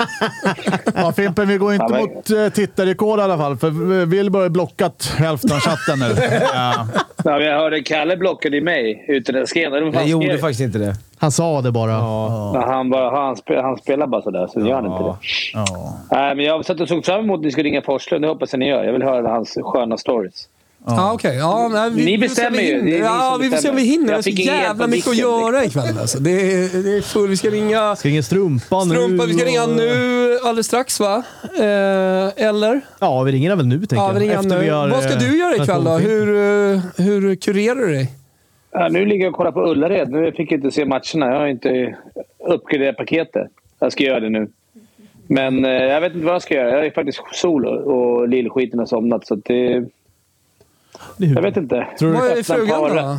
Ja, Fimpen, vi går inte mot tittarrekord i alla fall. För Wilbur har blockat hälften av chatten nu. Ja. Ja, jag hörde Kalle blockade mig utan att skriva. Jag gjorde faktiskt inte det. Han sa det bara. Ja, han spelar bara sådär, så gör han inte det. Ja. Nej, men jag satt och såg fram emot att ni skulle ringa Forslund. Det hoppas jag ni gör. Jag vill höra hans sköna stories. Okej. Ja, ni bestämmer ju. Vi får se om vi hinner. Det är så jävla mycket att göra ikväll. Alltså. Det är full. Vi ska ringa... Ska ringa Strumpa nu. Vi ska ringa nu alldeles strax, va? Eller? Ja, vi ringer väl nu, tänker jag. Vi ringer nu. Vad ska du göra ikväll då? Hur kurerar du dig? Ja, nu ligger jag och kollar på Ullared. Nu fick jag inte se matcherna. Jag har inte uppgraderat paketet. Jag ska göra det nu. Men jag vet inte vad jag ska göra. Jag är faktiskt solo och lillskiten har somnat. Så det... Jag vet inte. Vad är frugan då?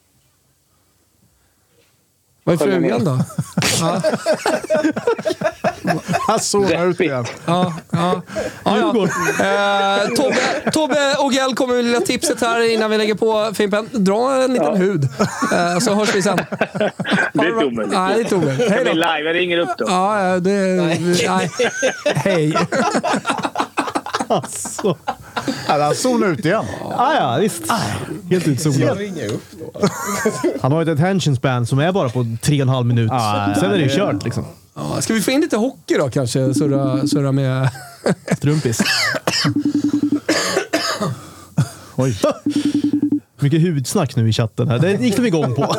Vad är frugan då? Han zonar ut igen. Ja. Tobbe och Gell kommer med lilla tipset här innan vi lägger på Fimpen. Dra en liten hud. Så hörs vi sen. Det är omöjligt. Nej, det är omöjligt. Hej då. Live, jag ringer upp då. Ja, nej. Hej. Alltså. Han zonar ut igen. Ja, visst. Helt utzonad. Han har ett attention span som är bara på 3,5 minuter. Sen är det kört liksom. Ja, ska vi få in lite hockey då kanske? Surra med... Strumpis. Oj. Mycket hudsnack nu i chatten här. Det gick de igång på.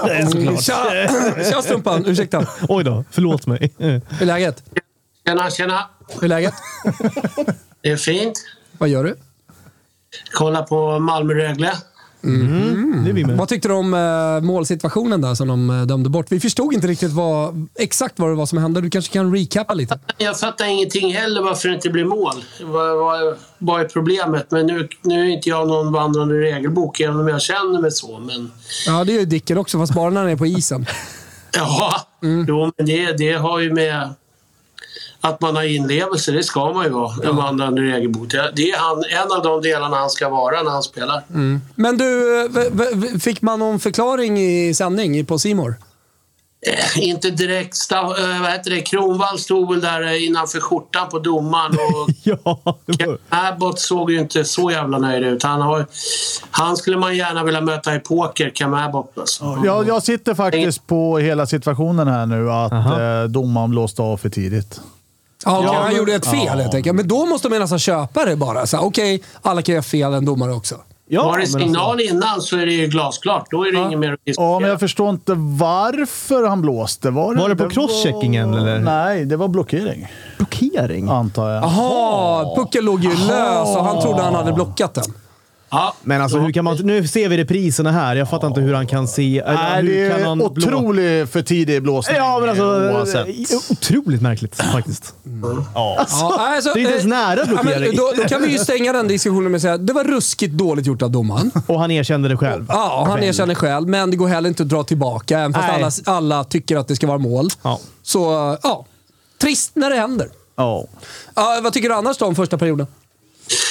Tja Strumpan, ursäkta. Oj då, förlåt mig. Hur är läget? Tjena. Hur är läget? Det är fint. Vad gör du? Kolla på Malmö-Rögle. Det är vi med. Vad tyckte du om målsituationen där som de dömde bort? Vi förstod inte riktigt exakt vad det var som hände. Du kanske kan recappa lite? Jag fattar ingenting heller varför det inte blir mål. Vad är problemet? Men nu är inte jag någon vandrande regelbok, även om jag känner mig så. Men... Ja, det är ju Dicken också, fast bara när han är på isen. Ja, men det har ju med... Att man har inlevelse, det ska man ju vara. En vandrande regelbok. Det är en av de delarna han ska vara när han spelar. Men du, fick man någon förklaring i sändning på C More? Inte direkt. Kronwall stod väl där innanför skjortan på domaren. Och Abbott såg ju inte så jävla nöjd ut. Han skulle man gärna vilja möta i poker, Cam Abbott. Alltså. Jag sitter faktiskt på hela situationen här nu att domaren blåste av för tidigt. Ja, han gjorde ett fel, jag tänker. Men då måste man nästan köpa det bara. Okej, alla kan göra fel, en domare också. Ja, var det signal innan så är det ju glasklart. Då är det ingen mer att diskutera. Ja, men jag förstår inte varför han blåste. Var det på crosscheckingen eller? Nej, det var blockering. Blockering? Antar jag. Jaha, pucken låg ju lös och han trodde han hade blockat den. Ja. Men alltså, hur kan man... Nu ser vi repriserna här. Jag fattar inte hur han kan se... Nej, det är otroligt för tidig blåsning. Ja, men alltså... Otroligt märkligt, faktiskt. Alltså, det är inte ens nära blockering. Då kan vi ju stänga den diskussionen med att säga att det var ruskigt dåligt gjort av domaren. Och han erkände det själv. Ja, han erkände själv. Men det går heller inte att dra tillbaka. Även fast alla tycker att det ska vara mål. Ja. Så, trist när det händer. Ja. Vad tycker du annars då om första perioden?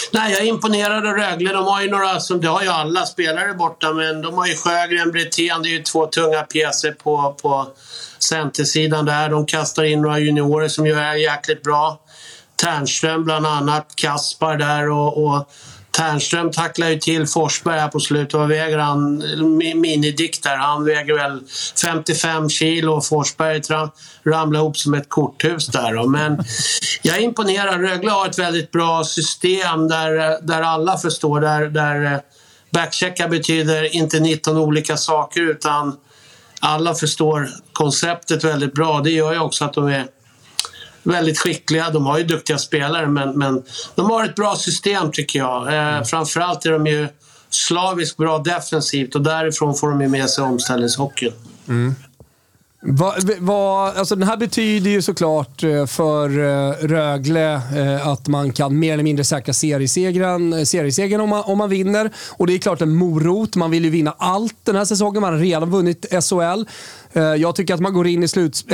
Nej, jag är imponerad av Rögle. De har ju några, som det har ju alla spelare borta, men de har ju Sjögren, Brithén. Det är ju 2 tunga pjäser på centersidan där. De kastar in några juniorer som ju är jäkligt bra. Tärnström bland annat, Kaspar där och Tärnström tacklar ju till Forsberg här på slutet. Vad väger han? Minidick där. Han väger väl 55 kilo och Forsberg ramlar ihop som ett korthus där då. Men jag är imponerad. Rögle har ett väldigt bra system där alla förstår. Där backchecka betyder inte 19 olika saker utan alla förstår konceptet väldigt bra. Det gör ju också att de är väldigt skickliga. De har ju duktiga spelare men de har ett bra system tycker jag. Framförallt är de ju slaviskt bra defensivt och därifrån får de ju med sig omställningshockeyn. Alltså den här betyder ju såklart för Rögle att man kan mer eller mindre säkra seriesegern om man vinner. Och det är klart en morot. Man vill ju vinna allt den här säsongen. Man har redan vunnit SHL. Jag tycker att man går in i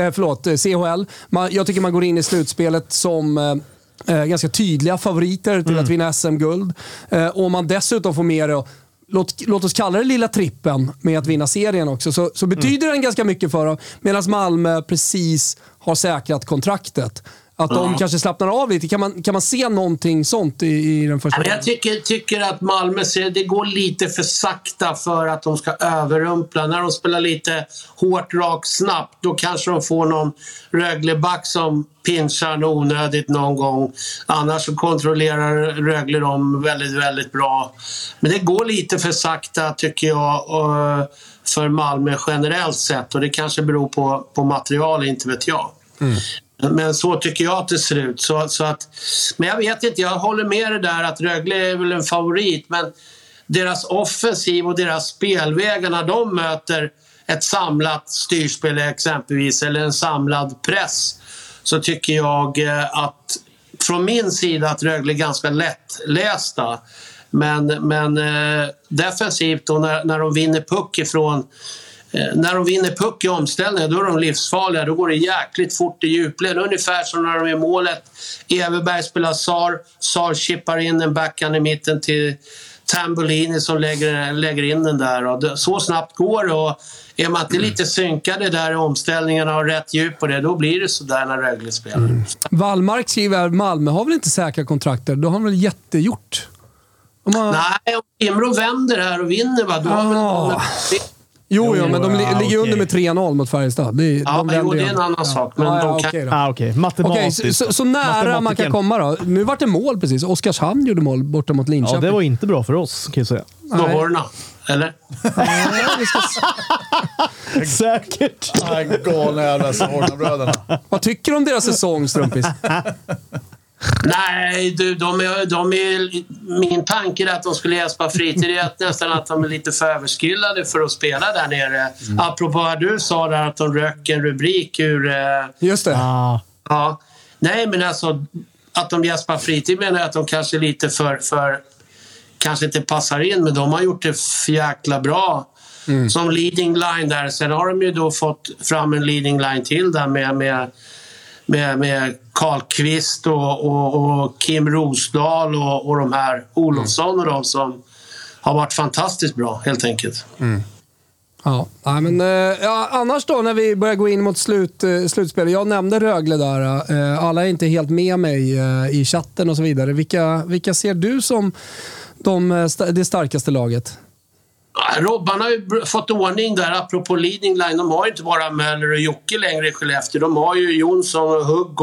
CHL. Jag tycker man går in i slutspelet som ganska tydliga favoriter till att vinna SM-guld. Och man dessutom får med det. Låt oss kalla det lilla trippen med att vinna serien också. Så betyder den ganska mycket för dem. Medan Malmö precis har säkrat kontraktet. Att de kanske slappnar av lite. Kan man se någonting sånt i den första? Jag tycker att Malmö det går lite för sakta för att de ska överrumpla. När de spelar lite hårt, rakt, snabbt, då kanske de får någon Rögleback som pinchar onödigt någon gång. Annars så kontrollerar Rögle dem väldigt, väldigt bra. Men det går lite för sakta tycker jag för Malmö generellt sett. Och det kanske beror på material, inte vet jag. Men så tycker jag att det ser ut. Så att, men jag vet inte, jag håller med det där att Rögle är väl en favorit. Men deras offensiv och deras spelvägar när de möter ett samlat styrspel exempelvis eller en samlad press, så tycker jag att från min sida att Rögle är ganska lättlästa. Men defensivt och när de vinner puck ifrån när de vinner puck i omställningen, då är de livsfarliga. Då går det jäkligt fort i djupled. Ungefär som när de är i målet. Everberg spelar Sar chippar in en backhand i mitten till Tambolini som lägger in den där. Och så snabbt går det. Och är man inte lite synkade där i omställningarna och rätt djup på det, då blir det så där när Rögle spelar. Wallmark skriver Malmö har väl inte säkra kontrakter? Då har han väl jättegjort? Nej, om Timrå vänder här och vinner, va? Då har väl Jo, men de ligger under med 3-0 mot Färjestad. Det är en annan sak. Men okej. Matematiskt. Så nära man kan komma då. Nu var det mål precis. Oskarshamn gjorde mål borta mot Linköping. Ja, det var inte bra för oss, kan jag säga. Snårorna, eller? Säkert. Galna jävla Snårorna-bröderna. Vad tycker du om deras säsong, Strumpis? Nej, de är min tanke är att de skulle gäspa fritid, nästan att de är lite för överskillade för att spela där nere. Apropå vad du sa där, att de rök en rubrik ur... Just det. Ja. Nej, men alltså att de gäspar fritid menar jag att de kanske lite för kanske inte passar in, men de har gjort det för jäkla bra. Som leading line där. Sen har de ju då fått fram en leading line till där med Karlqvist och Kim Rosdahl och de här Olofsson och de som har varit fantastiskt bra, helt enkelt. Ja, men annars då när vi börjar gå in mot slutspel. Jag nämnde Rögle där. Alla är inte helt med mig i chatten och så vidare. Vilka ser du som det starkaste laget? Robban har ju fått ordning där, apropå leading line. De har ju inte bara Möller och Jocke längre i Skellefteå. De har ju Jonsson och Hugg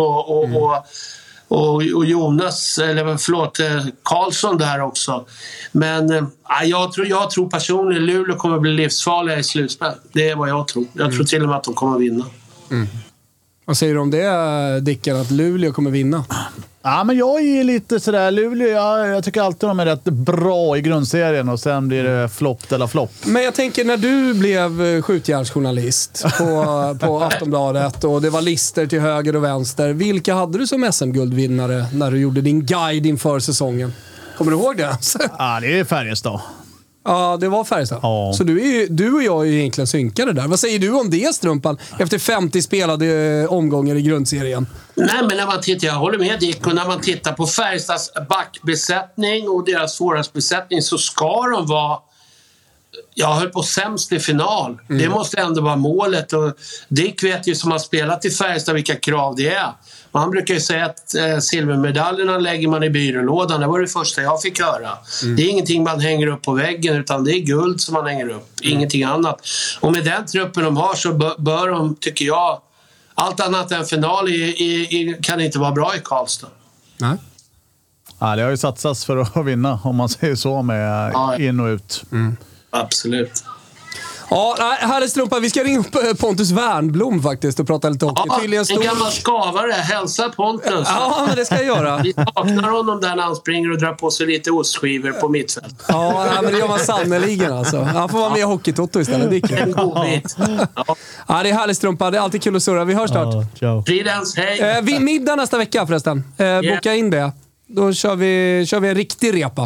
och Jonas, eller förlåt, Karlsson där också. Men jag tror personligen Luleå kommer bli livsfarliga i slutspel. Det är vad jag tror. Jag tror till och med att de kommer vinna. Vad säger du om det, Dicken, att Luleå kommer vinna? Ja, men jag är lite sådär Luleå. Jag tycker alltid de är rätt bra i grundserien och sen blir det flopp eller flopp. Men jag tänker när du blev skjutjärnsjournalist på Aftonbladet och det var lister till höger och vänster. Vilka hade du som SM-guldvinnare när du gjorde din guide inför säsongen? Kommer du ihåg det? Ja, det är Färjestad. Ja, det var Färjestad. Ja. Så du och jag är ju egentligen synkade där. Vad säger du om det, Strumpan? Efter 50 spelade omgångar i grundserien. Nej, men när man tittar, jag håller med Dick, och när man tittar på Färjestads backbesättning och deras forwardsbesättning så ska de vara, jag höll på sämst i final. Det måste ändå vara målet, och Dick vet ju som har spelat i Färjestad vilka krav det är. Man brukar ju säga att silvermedaljerna lägger man i byrålådan. Det var det första jag fick höra. Det är ingenting man hänger upp på väggen, utan det är guld som man hänger upp. Ingenting annat. Och med den truppen de har så bör de, tycker jag, allt annat än final kan inte vara bra i Karlstad. Nej. Ja, det har ju satsats för att vinna, om man säger så, med in och ut. Absolut. Ja, härligt Strumpa. Vi ska ringa upp Pontus Wernbloom faktiskt och prata lite hockey. Ja, en gammal skavare. Hälsa Pontus. Ja, men det ska jag göra. Vi saknar honom där när han springer och drar på sig lite ostskivor på mittfält. Ja, men det gör man sannoliken alltså. Han får vara med i Hockeytoto istället. Det är kul. En god bit. Ja, det är härligt Strumpa. Det är alltid kul att surra. Vi hörs snart. Ciao. Fridens, hej. Middag nästa vecka förresten. Boka in det. Då kör vi en riktig repa.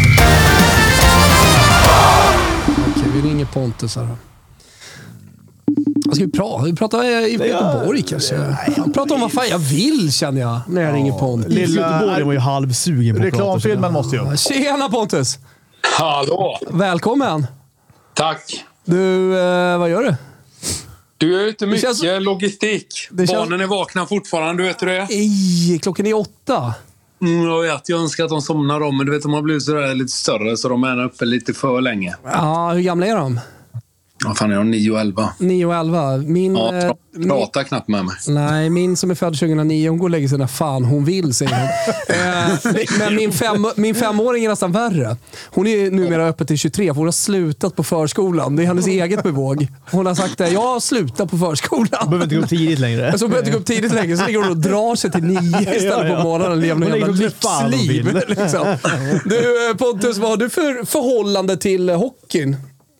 Okej, vi ringer Pontus här. Vad ska vi prata? Vi pratar i Göteborg kanske. Jag pratar om vad fan jag vill, känner jag, när jag ringer Pontus. Göteborg var ju halvsugen på reklamfilmen måste ju. Tjena Pontus! Hallå! Välkommen! Tack! Du, vad gör du? Du är ute mycket logistik. Barnen är vakna fortfarande, vet du det? Klockan är 8. Jag vet, jag önskar att de somnar om, men du vet, de har blivit sådär lite större så de är uppe lite för länge. Ja, hur gamla är de? Vad fan är de? 9 och 11. 9 och 11. Prata knappt med mig. Nej, min som är född 2009, hon går och lägger sig när fan hon vill, säger hon. Men min 5-åring är nästan värre. Hon är numera öppet till 23, för hon har slutat på förskolan. Det är hennes eget bevåg. Hon har sagt det, jag slutar på förskolan. Hon behöver inte gå upp tidigt längre. Så behöver inte gå upp tidigt längre, så ligger hon och drar sig till 9 istället på morgonen och lever någon jävla lyxliv. Liksom. Du, Pontus, vad har du för förhållande till hockeyn?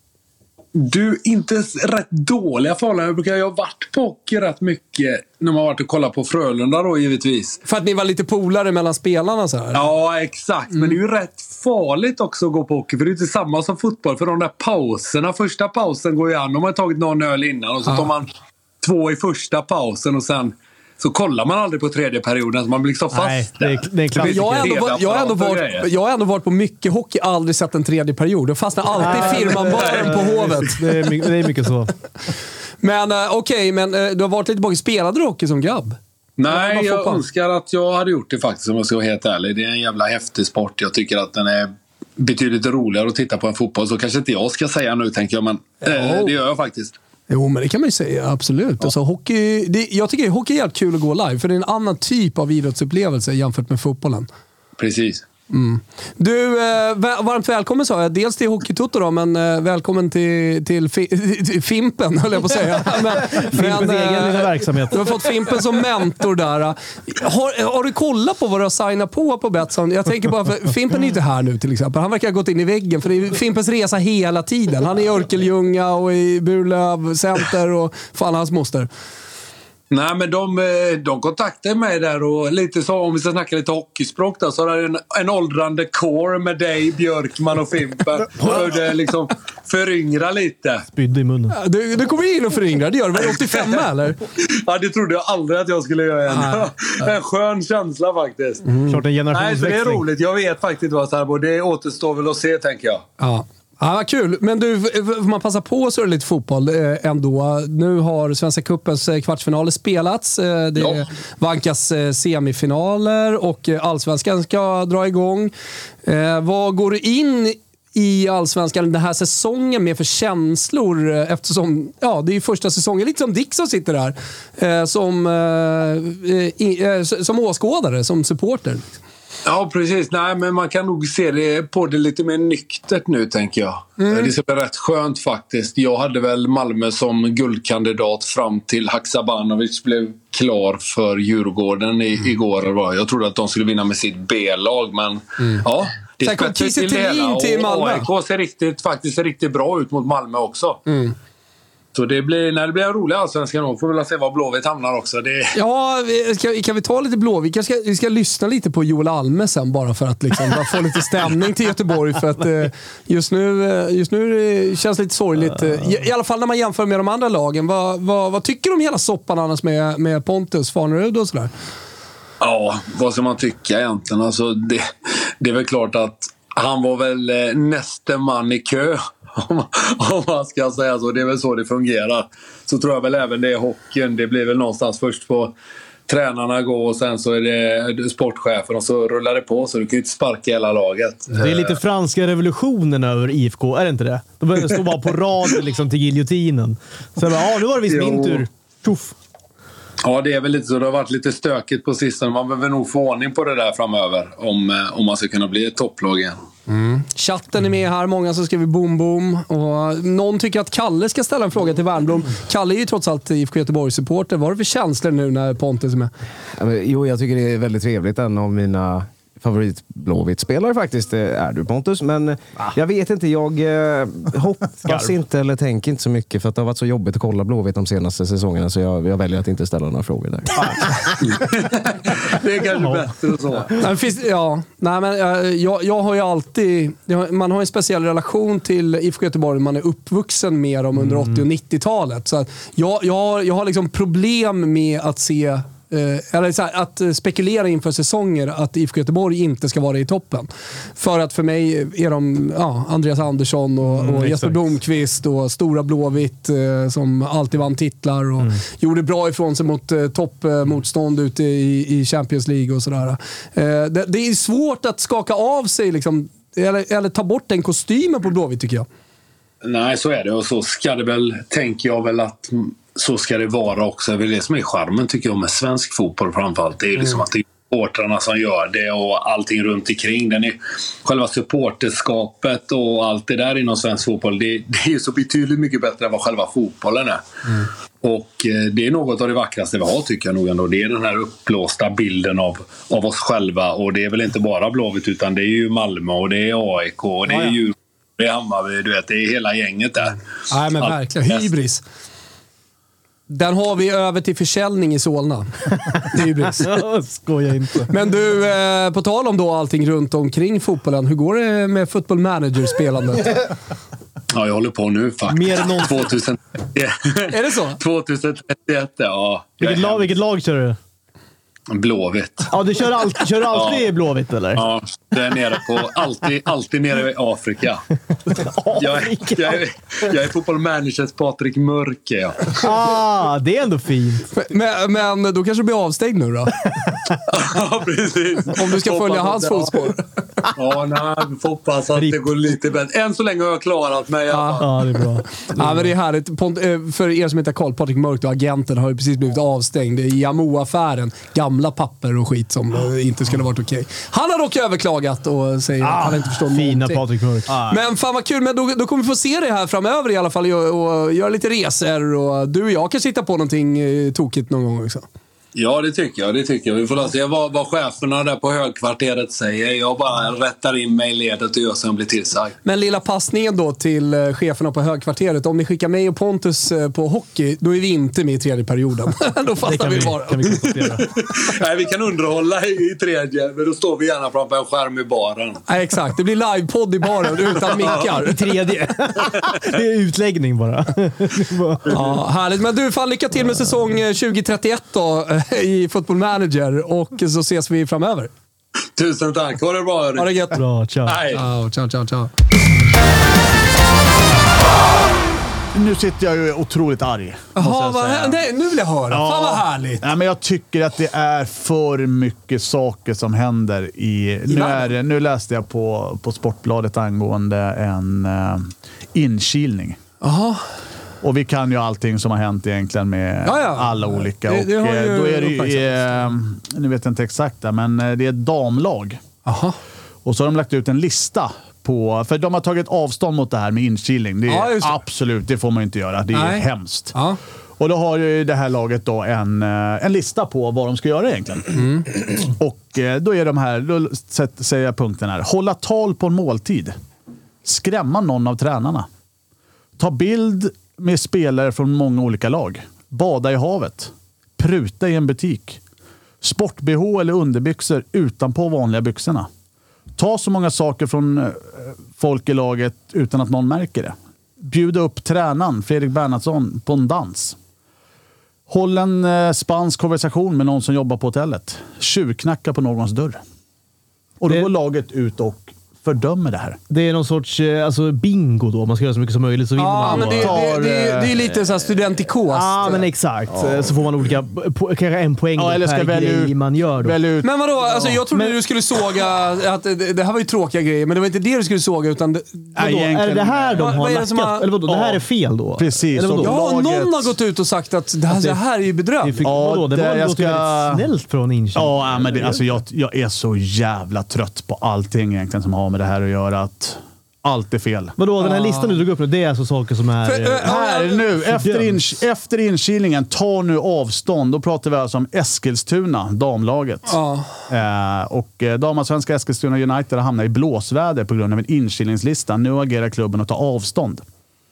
Du, inte rätt dåliga förhållanden. Jag har varit på hockey rätt mycket när man har varit och kollat på Frölunda då, givetvis. För att ni var lite polare mellan spelarna så här? Ja, exakt. Men det är ju rätt farligt också att gå på hockey. För det är inte samma som fotboll. För de där pauserna, första pausen går ju an. De har tagit någon öl innan och så tar man 2 i första pausen och sen så kollar man aldrig på tredje perioden. Så man blir liksom fast. Nej, det är klart. Jag har ändå varit på mycket hockey, aldrig sett en tredje period. Jag fastnar alltid i firman baren på Hovet. Det är mycket så. Men okej, men du har varit lite bak. Spelade du hockey som grabb? Nej, jag önskar att jag hade gjort det faktiskt, om jag ska vara helt ärlig. Det är en jävla häftig sport. Jag tycker att den är betydligt roligare att titta på en fotboll. Så kanske inte jag ska säga nu, tänker jag, men det gör jag faktiskt. Jo, men det kan man ju säga, absolut. Ja. Alltså, jag tycker hockey är helt kul att gå live, för det är en annan typ av idrottsupplevelse jämfört med fotbollen. Precis. Du, varmt välkommen sa jag. Dels till Hockeytoto då, men välkommen till Fimpen, höll jag på att säga. Fimpens egen verksamhet. Du har fått Fimpen som mentor där. Har du kollat på vad du har signat på Betsson? Jag tänker bara, för Fimpen är inte här nu till exempel. Han verkar ha gått in i väggen, för det är Fimpens resa hela tiden. Han är i Örkelljunga och i Burlöv Center och fan hans moster. Nej, men de kontaktade mig där och lite så, om vi ska snacka lite hockeyspråk där, så är det en åldrande core med dig, Björkman och Fimpen. För det liksom föryngra lite. Spydde i munnen. Du kommer in och föryngra, det gör du väl 85 eller? Ja, det trodde jag aldrig att jag skulle göra än. En skön känsla faktiskt. Klart en generationsväxling. Nej, så det är roligt. Jag vet faktiskt inte vad så här, det återstår väl att se, tänker jag. Ja. Ja, vad kul. Men du, man passar på att surra lite fotboll ändå. Nu har Svenska cupens kvartsfinaler spelats. Det vankas semifinaler och Allsvenskan ska dra igång. Vad går du in i Allsvenskan den här säsongen med för känslor? Eftersom det är första säsongen, lite som Dick som sitter där. Som åskådare, som supporter. Ja, precis. Nej, men man kan nog se det på det lite mer nyktert nu, tänker jag. Det ska bli rätt skönt faktiskt. Jag hade väl Malmö som guldkandidat fram till Haksabanovic blev klar för Djurgården igår. Jag trodde att de skulle vinna med sitt B-lag, men det är spetsigt till det hela. Till Malmö. AIK ser faktiskt riktigt bra ut mot Malmö också. Så det blir roligt allsvenskan då. Får vi väl se vad Blåvitt hamnar också. Ja, kan vi ta lite Blåvitt? Vi ska lyssna lite på Joel Alme sen bara för att liksom, bara få lite stämning till Göteborg. För att just nu känns det lite sorgligt. I alla fall när man jämför med de andra lagen. Vad tycker du om hela soppan annars med Pontus, Farnerud och sådär? Ja, vad ska man tycka egentligen? Alltså, det är väl klart att han var väl nästa man i kö. Om man ska säga så. Det är väl så det fungerar. Så tror jag väl även det är hockeyn. Det blir väl någonstans först på tränarna gå och sen så är det sportchefen och så rullar det på, så du kan ju inte sparka hela laget. Det är lite franska revolutionen över IFK, är det inte det? De står bara på rad liksom, till giljotinen. Så nu var det visst min tur. Tuff. Ja, det är väl lite så. Det har varit lite stökigt på sistone. Man behöver nog få ordning på det där framöver om man ska kunna bli ett topplag igen. Chatten är med här, många som skriver boom boom, och någon tycker att Kalle ska ställa en fråga till Wernbloom. Kalle är ju trots allt IFK Göteborg-supporter. Vad är det för känslor nu när Pontus är med? Jo, jag tycker det är väldigt trevligt. En av mina favoritblåvitt-spelare faktiskt är du, Pontus, men jag vet inte, jag hoppas inte eller tänker inte så mycket, för att det har varit så jobbigt att kolla Blåvitt de senaste säsongerna, så jag väljer att inte ställa några frågor där. Det är kanske bättre så. Jag har ju alltid, man har en speciell relation till IFK Göteborg, man är uppvuxen med dem under 80- och 90-talet, så att jag har liksom problem med att se eller så här, att spekulera inför säsonger att IFK Göteborg inte ska vara i toppen. För att för mig är de Andreas Andersson och Jesper Blomqvist och stora Blåvitt som alltid vann titlar och gjorde bra ifrån sig mot toppmotstånd ute i Champions League och sådär. Det är svårt att skaka av sig liksom, eller ta bort den kostymen på Blåvitt, tycker jag. Nej, så är det, och så ska det väl, tänker jag väl att så ska det vara också. Det är det som är charmen, tycker jag, med svensk fotboll framförallt. Det är ju liksom att det är supportrarna som gör det och allting runt omkring. Den är själva supporterskapet och allt det där inom svensk fotboll. Det är ju så betydligt mycket bättre än vad själva fotbollen är. Och det är något av det vackraste vi har, tycker jag nog ändå. Det är den här uppblåsta bilden av oss själva. Och det är väl inte bara Blåvitt, utan det är ju Malmö och det är AIK och det är ju det är Hammarby, du vet, det är hela gänget där. Nej, men verkligen. Hybris. Den har vi över till försäljning i Solna. Hybris. Skojar inte. Men du, på tal om då allting runt omkring fotbollen, hur går det med Football Manager-spelandet? Ja, jag håller på nu faktiskt. Mer än någon... 2000. Är det så? 2031, ja. Vilket lag kör du? Blåvitt. Ja, du kör alltid i Blåvitt, eller? Ja, det är nere på alltid nere i Afrika. Jag är Football Managers Patrik Mörke. Ja. Det är ändå fint. Men då kanske du blir avstängd nu då? Ja, precis. Om du ska följa hans fotspår. Ja, vi får hoppas att det går lite bättre. Än så länge har jag klarat mig. Ja, det är bra. Ja, men det är härligt. För er som inte har koll, Patrik Mörk och agenten har ju precis blivit avstängd i Yamo-affären. Gamla papper och skit som inte skulle varit okej. Han har dock överklagat och säger att han inte förstår fina någonting. Patrik Mörk. Men fan vad kul, men då kommer vi få se det här framöver i alla fall och göra lite resor, och du och jag kan sitta på någonting tokigt någon gång också. Ja, det tycker jag. Vi får se vad cheferna där på högkvarteret säger. Jag bara rättar in mig i ledet och gör så jag blir tillsagd. Men lilla passningen då till cheferna på högkvarteret. Om ni skickar mig och Pontus på hockey, då är vi inte med i tredje perioden. Då fattar vi bara. Nej, vi kan underhålla i tredje, men då står vi gärna framför en skärm i baren. Nej, exakt. Det blir livepodd i baren utan mickar. I tredje. Det är utläggning bara. Ja, härligt. Men du, fan lycka till med säsong 2031 då i Football Manager, och så ses vi framöver. Tusen tack. Ha det bra. Ha det gött. Bra, ciao. Ciao. Nu sitter jag ju otroligt arg. Jaha, nu vill jag höra. Ja. Fan vad härligt. Ja, men jag tycker att det är för mycket saker som händer nu läste jag på Sportbladet angående en inkilning. Jaha. Och vi kan ju allting som har hänt egentligen med alla olika. Det och då är det nu vet jag inte exakt där, men det är ett damlag. Aha. Och så har de lagt ut en lista på, för de har tagit avstånd mot det här med inkilning. Det är absolut, det får man inte göra. Det är hemskt. Ja. Och då har ju det här laget då en lista på vad de ska göra egentligen. Och då är de här, då säger jag punkten här: hålla tal på en måltid, skrämma någon av tränarna, ta bild med spelare från många olika lag. Bada i havet. Pruta i en butik. Sport-BH eller underbyxor utanpå vanliga byxorna. Ta så många saker från folk i laget utan att någon märker det. Bjuda upp tränaren Fredrik Bernhardsson på en dans. Håll en spansk konversation med någon som jobbar på hotellet. Tjuvknacka på någons dörr. Och då går laget ut och fördömer det här. Det är någon sorts bingo då. Man ska göra så mycket som möjligt så vinner man. Men det är lite så här studentikos. Ja, men exakt. Så får man olika, kanske en poäng eller ska per grej man gör då. Men vadå? Alltså, jag trodde du skulle såga att det här var ju tråkiga grejer, men det var inte det du skulle såga, utan är det här de har lackat? Eller vadå? Det här är fel då? Precis. Någon har gått ut och sagt att det här är ju bedrövligt. Det var väldigt snällt från Inching. Ja, men jag är så jävla trött på allting egentligen som har med det här att göra, att allt är fel. Vadå, den här listan du drog upp nu, det är alltså saker som är... Här nu, efter inkilningen, ta nu avstånd. Då pratar vi alltså om Eskilstuna, damlaget. Och damallsvenska Eskilstuna United har hamnat i blåsväder på grund av en inkilningslista. Nu agerar klubben att ta avstånd.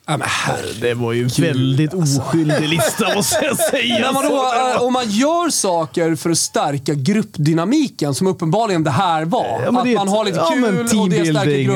Det var ju väldigt oskyldig lista, måste jag säga. Om man gör saker för att stärka gruppdynamiken, som uppenbarligen det här var, att man har lite kul och det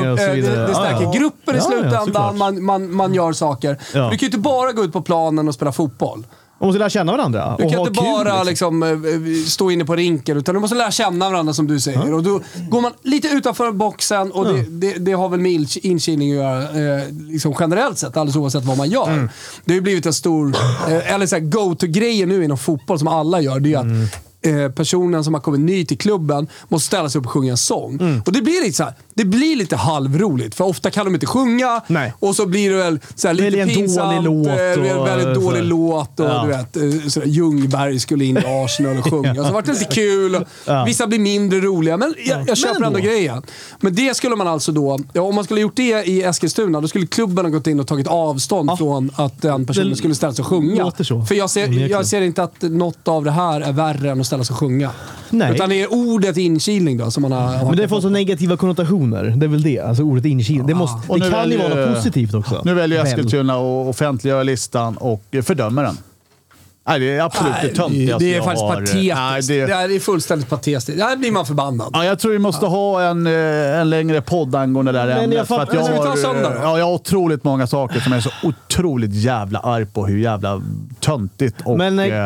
stärker grupper i slutändan, man gör saker. Du kan ju inte bara gå ut på planen och spela fotboll. Man måste lära känna varandra. Du kan inte bara stå inne på rinken, utan du måste lära känna varandra, som du säger. Och då går man lite utanför boxen, och det har väl med inkilning att göra generellt sett, alldeles oavsett vad man gör. Det har ju blivit en stor go-to-grejer nu inom fotboll som alla gör. Det är att personen som har kommit ny till klubben måste ställa sig upp och sjunga en sång. Och det blir lite så här, det blir lite halvroligt, för ofta kan de inte sjunga. Nej. Och så blir det väl så här lite pinsamt, väldigt dålig låt, och du vet, sådär, Ljungberg skulle in i Arsenal och sjunga. Så vart det lite kul. Vissa blir mindre roliga, men jag köper ändå grejen. Men det skulle man alltså då, om man skulle gjort det i Eskilstuna, då skulle klubben ha gått in och tagit avstånd från att den personen skulle ställa sig och sjunga. För jag ser inte att något av det här är värre än att ställa sig och sjunga. Nej. Utan det är ordet inkilning då som man har... Men det får så negativa konnotationer. Det är väl det. Alltså ordet inkilning. Det kan ju vara något positivt också. Nu väljer Eskilstuna att offentliggöra listan och fördömer den. Nej, det är absolut det töntigaste. Det är faktiskt patetiskt. Det är fullständigt patetiskt. Där blir man förbannad. Ja, jag tror vi måste ha en längre podd angående det där ämnet. För att jag har otroligt många saker som är så otroligt jävla arg på hur jävla töntigt och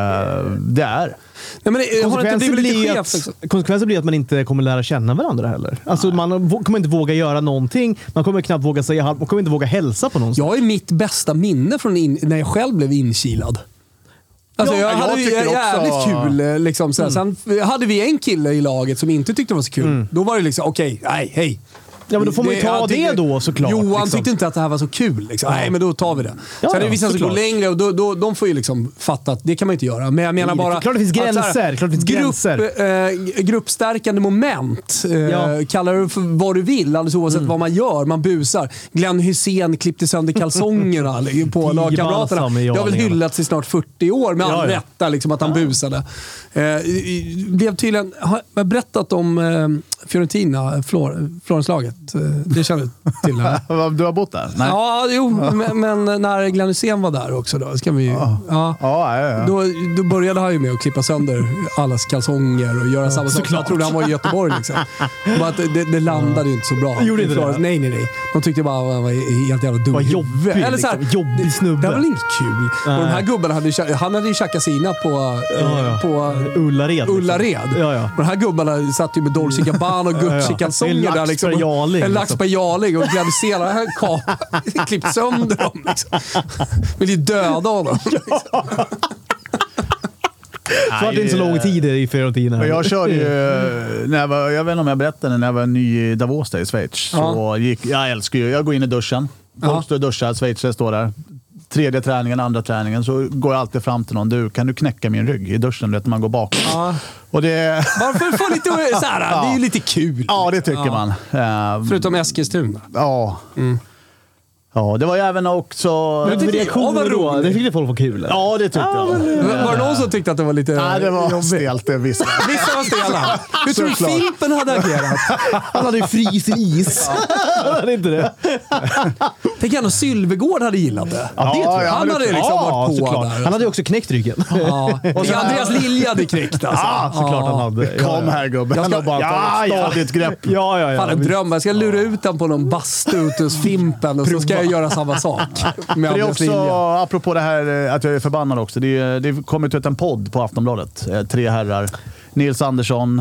det är. Nej, men konsekvensen blir att man inte kommer lära känna varandra heller. Alltså man kommer inte våga göra någonting. Man kommer knappt våga säga halv. Man kommer inte våga hälsa på någon. Jag är mitt bästa minne från när jag själv blev inkilad. Alltså jag hade jävligt kul liksom, sen hade vi en kille i laget som inte tyckte det var så kul. Då var det liksom okej, hej. Ja, men då får man ju ta det då, såklart. Johan tyckte inte att det här var så kul. Liksom. Nej, men då tar vi det. Sen är det vissa som går längre, och de får ju liksom fatta att det kan man inte göra. Men jag menar bara... Klart det finns gränser. Gruppstärkande moment. Kallar det för vad du vill, alldeles oavsett vad man gör. Man busar. Glenn Hysén klippte sönder kalsongerna på lagkamraterna. Det har väl hyllats i snart 40 år med all rätta liksom, att han busade. Blev tydligen... Har jag berättat om Fiorentina, Florenslaget? Det känner du till här. Du har bott där? Nej. Ja, jo, men när Glenn Hysén var där också då ska vi Då började han ju med att klippa sönder allas kalsonger och göra samma sak. Jag trodde han var i Göteborg liksom. Bara att det landade ju inte så bra. Gjorde inte det? Nej. De tyckte bara att han var helt jävla dum. Vad jobbig. Eller så här, liksom. Jobbig snubbe. Det var väl inte kul. Och den här gubben hade ju tjackat sina på Ullared. Och den här gubben satt ju med Dolce Gabbana och Gucci-kalsonger där liksom. En laxbergalig och Gladysela här klippt sönder dem liksom. Vill ju döda honom liksom. Så var det inte så lång tid i Fiorentina. Jag körde ju jag vet inte om jag berättade när jag var ny i Davos där i Schweiz. Så jag älskar ju, jag går in i duschen. Folk står och duschar, Schweiz står där. Tredje träningen, andra träningen, så går jag alltid fram till någon. Kan du knäcka min rygg i duschen, vet man går bakåt. Och det... Varför får lite så här, det är ju lite kul. Ja, det tycker man. Förutom Eskilstuna. Ja. Ja, det var ju även också... Men reaktioner då? Det fick det folk var kul. Ja, det tyckte jag. Var det någon som tyckte att det var lite... Nej, det var stelt. Vissa var stela. Hur tror du Fimpen hade agerat? Han hade ju fryst i is. Han hade inte det. Tänk ändå Sylvegård hade gillat det. Ja, det tror jag. Han hade liksom varit på såklart. där. Han hade ju också knäckt ryggen. Ja. Och så Andreas Lilja hade knäckt alltså. Såklart han hade. Kom här gubben. Han har bara tagit stadigt grepp. Fan, en dröm. Jag ska lura ut den på någon bastu ute hos Fimpen och så ska jag göra samma sak. Med Det är Andreas också, Lilja. apropå det här att jag är förbannad också. Det kommer ut en podd på Aftonbladet. 3 herrar. Nils Andersson.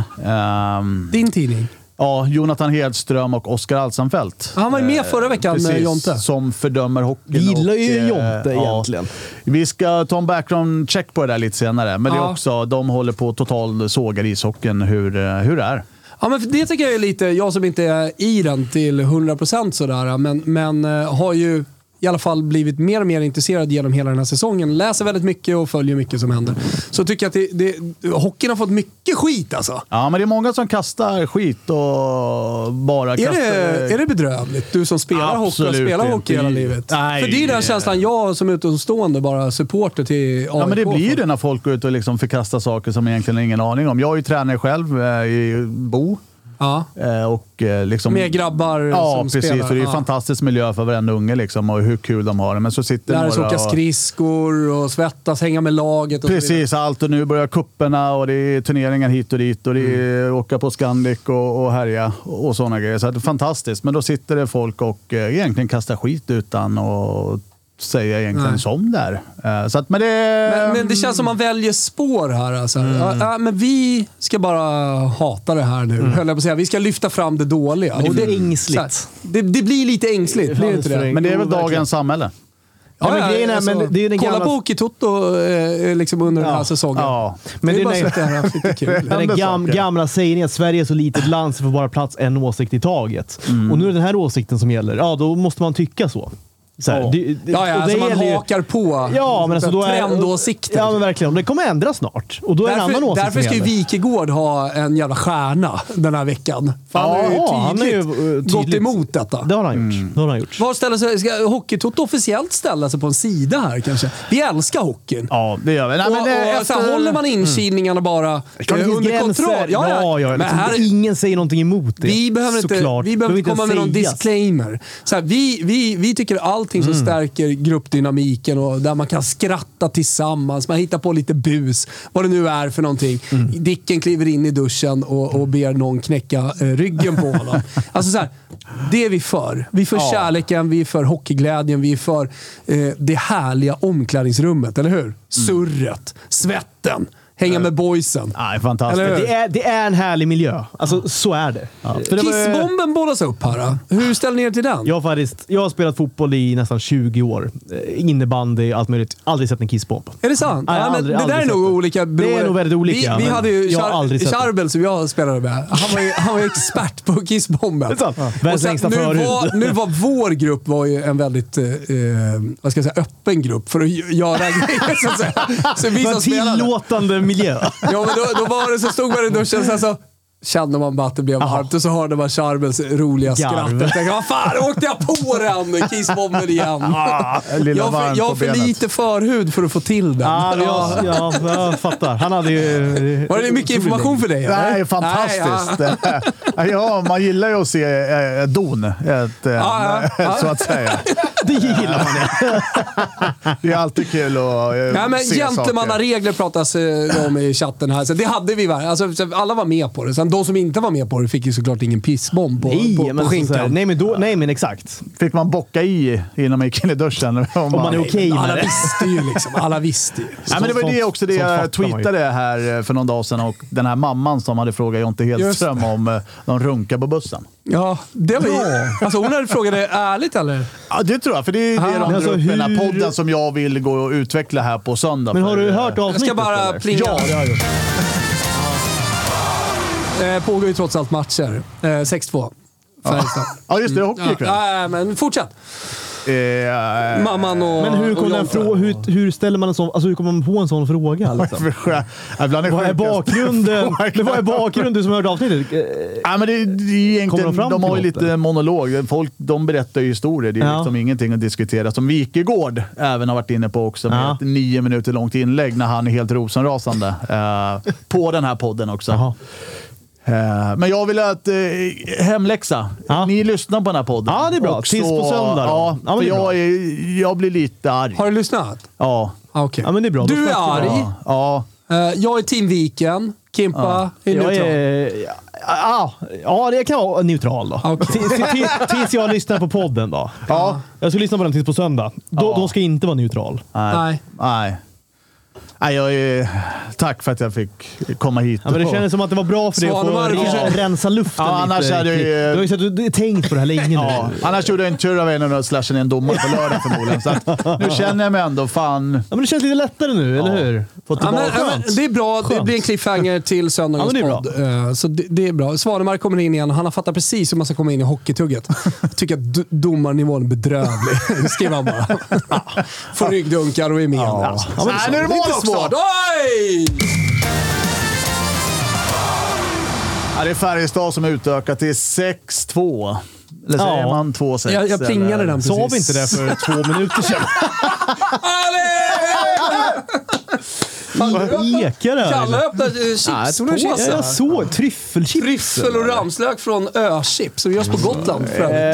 Din tidning. Ja, Jonathan Hedström och Oskar Alsenfelt. Han var ju med förra veckan med Jonte. Som fördömer hockeyn. Vi gillar ju Jonte egentligen. Vi ska ta en background check på det där lite senare. Men det är också, de håller på total sågar ishockeyn hur det är. Ja, men det tycker jag är lite, jag som inte är i den till 100% sådär, men har ju i alla fall blivit mer och mer intresserad genom hela den här säsongen. Läser väldigt mycket och följer mycket som händer. Så tycker jag att hockeyn har fått mycket skit alltså. Ja, men det är många som kastar skit och bara Är det bedrövligt? Du som spelar hockey och spelar hockey hela livet. Nej. För det är den känslan jag som utomstående bara supporter till AIK. Ja, men det blir det när folk går ut och liksom förkastar saker som egentligen ingen aning om. Jag är ju tränare själv i Bo. Ja. Och liksom, med grabbar som precis, spelar. för det är en fantastisk miljö för varenda unge liksom, och hur kul de har det. Men så sitter lära sig åka skridskor och svettas, hänga med laget och precis, allt, och nu börjar kupperna och det är turneringar hit och dit och det är åka på Scandic och härja och sådana grejer. Så det är fantastiskt. Men då sitter det folk och egentligen kastar skit utan och säga egentligen som där. Så att, men det känns som man väljer spår här. Alltså. Men vi ska bara hata det här nu. Höll jag på att säga. Vi ska lyfta fram det dåliga. Men det är ängsligt. Det blir lite ängsligt. Blir inte det? Men det är väl dagens samhälle. Ja, men grejen är, men det är den kolla gamla... på Hockeytoto liksom under den här säsongen. Ja. Men det är bara så att det här är lite kul. Den gamla sägningen att Sverige är så litet land så får bara plats en åsikt i taget. Och nu är det den här åsikten som gäller. Ja, då måste man tycka så. Så här, alltså man hakar på trendåsikter. Ja, men verkligen. Det kommer ändras snart. Och då är därför, en annan åsikt. Därför ska ju Wikegård ha en jävla stjärna den här veckan. För han har ju tydligt gått emot detta. Det har han gjort. Var ställer sig, ska Hockeytoto officiellt ställa sig på en sida här kanske? Vi älskar hockeyn. Ja, det gör vi. Håller man inkilningarna bara under kontroll? Ja. Men här, ingen säger någonting emot det. Vi behöver inte komma med någon disclaimer. Så här, vi tycker allting som stärker gruppdynamiken och där man kan skratta tillsammans, man hittar på lite bus, vad det nu är för någonting. Dicken kliver in i duschen och ber någon knäcka ryggen på honom. Alltså så här, det är vi för. Vi är för kärleken, vi är för hockeyglädjen, vi är för det härliga omklädningsrummet, eller hur? Surret, svetten, hänga med boysen. Nej, fantastiskt. Det är en härlig miljö. Alltså, så är det. Ja. Kissbomben bollas upp här. Hur ställer ni er till den? Jag har spelat fotboll i nästan 20 år. Innebandy, allt möjligt. Aldrig sett en kissbomb. Är det sant? Nej, men det där är nog olika. Det är nog väldigt olika. Vi hade ju Charbel som jag spelade med. Han var ju expert på kissbomben. Det är sant. Världens längsta förhud. Nu var vår grupp var ju en väldigt vad ska jag säga, öppen grupp för att göra grejer. Så att säga. Så vi som tillåtande miljö. Ja, men då var det så, stod man i duschen sen så kände man bara att det blev varmt och så hörde man Charbels roliga skratt. Jag tänkte, vad fan, åkte jag på den kissbomben igen? Jag har för lite förhud för att få till den. Jag fattar. Han hade ju... Var det mycket information för dig? Eller? Nej, fantastiskt. Ja, man gillar ju att se don, så att säga. Det gillar man det. Det är alltid kul att se gentlemannaregler pratas om i chatten här. Så det hade vi väl. Alltså, alla var med på det. Sen de som inte var med på det fick ju såklart ingen pissbomb på skinkan. Nej, men exakt. Fick man bocka innan man gick in i duschen? Om man är okej med alla visste ju liksom. Alla visste ju. Ja, men det var det också det jag tweetade här för någon dag sedan. Och den här mamman som hade frågat Jonte Hedström om de runkar på bussen. Ja, det var alltså hon hade frågat det ärligt eller? Ja, det tror jag. För det är de alltså, den här podden som jag vill gå och utveckla här på söndag. Men har du hört avsnittet? Jag ska bara plinga. Ja, det har jag gjort. Pågår ju trots allt matcher. 6-2. Färjestad. Ja, just det. Hockey ikväll. Ja, men fortsätt. Mamman och... Men hur kommer hur ställer man en sån... Alltså hur kommer man på en sån fråga? Liksom? Vad är bakgrunden? Vad är bakgrunden som hörde avsnittet? Ja, men det är egentligen, de har ju lite monolog. Folk, de berättar ju historier. Det är liksom ingenting att diskutera. Som Wikegård även har varit inne på också. Med ett 9 minuter långt inlägg när han är helt rosenrasande. På den här podden också. Men jag vill att hemläxa. Ni lyssnar på den här podden. Ja, det är bra. Tills på söndag. Ja, för jag blir lite arg. Har du lyssnat? Ja. Okay. Ja, men det är bra. Du är arg. Ja. Jag är Team Viken. Kimpa är neutral. Ja, det kan vara neutral då. Okay. Tills jag lyssnar på podden då. Ja. Jag ska lyssna på den tills på söndag. Då ska jag inte vara neutral. Nej. Tack för att jag fick komma hit. Ja, men det kändes som att det var bra för dig att få rensa luften lite. Annars hade du har ju sett att du tänkt på det här länge nu. Annars gjorde jag en tur av en och slashen en domare på lördag förmodligen. Så att, nu känner jag mig ändå fan... Ja, men det känns lite lättare nu, eller hur? Det är bra. Det blir en cliffhanger till söndagens podd. Så det är bra. Svanemar kommer in igen. Han har fattat precis hur man ska komma in i hockeytugget. Jag tycker att domarnivån är bedrövlig. Skriver han bara. Får ryggdunkar och är med. Nu är det mål också! Oj! Det är Färjestad som utökat till 6-2. Eller säger man 2-6? Jag plingade den precis. Sa vi inte det för 2 minuter sedan? Vad ekar det? Kalle öppnade chipspåsar. Jag såg tryffelchips. Tryffel och ramslök från Öchips som görs på Gotland.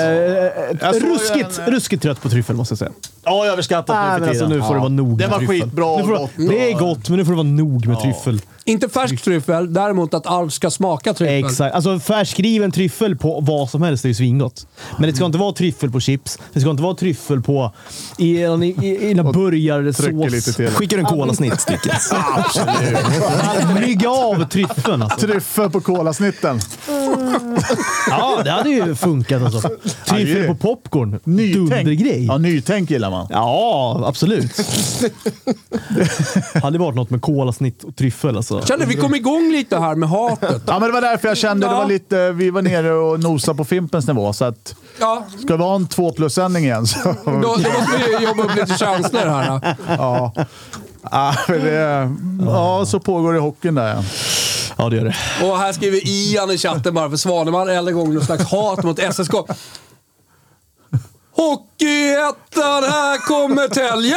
Ruskigt trött på tryffel måste jag säga. Ja, jag överskattat nu för tiden. Nu får det vara nog med tryffel. Det var skitbra. Det är gott, men nu får det vara nog med tryffel. Inte färsk tryffel, däremot att allt ska smaka tryffel. Exakt. Alltså färskriven tryffel på vad som helst är ju svingott. Men det ska inte vara tryffel på chips. Det ska inte vara tryffel på i en burgarsås. Skickar en kolasnitt-sticken. Absolut. Mygga av tryffeln alltså. Tryffel på kolasnitten. Ja, det hade ju funkat alltså. Tryffel på popcorn. Dundergrej. Ja, nytänk gillar man. Ja, absolut. Hade varit något med kolasnitt och tryffel alltså. Kände vi kom igång lite här med hatet. Ja, men det var därför jag kände det var lite, vi var nere och nosade på Fimpens nivå, så att ska vi ha en 2+-sändning igen så... Då måste vi jobba upp lite känslor här. Så pågår det hockeyn där. Ja, det gör det. Och här skriver Ian i chatten bara för Svanemar eller gång någon slags hat mot SSK. Hockeyettan, här kommer Tälje.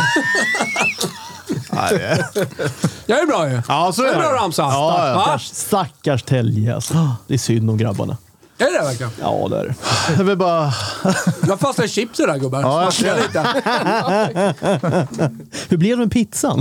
Jag är bra ju. Ja, så är det. Bra ramsa. Stackars Tälje alltså. Det är synd om grabbarna. Är det verkligen? Ja, det är det. Jag vill bara... Jag fastnar chips där, gubbar. Ja, jag ser lite. Hur blev det med pizzan?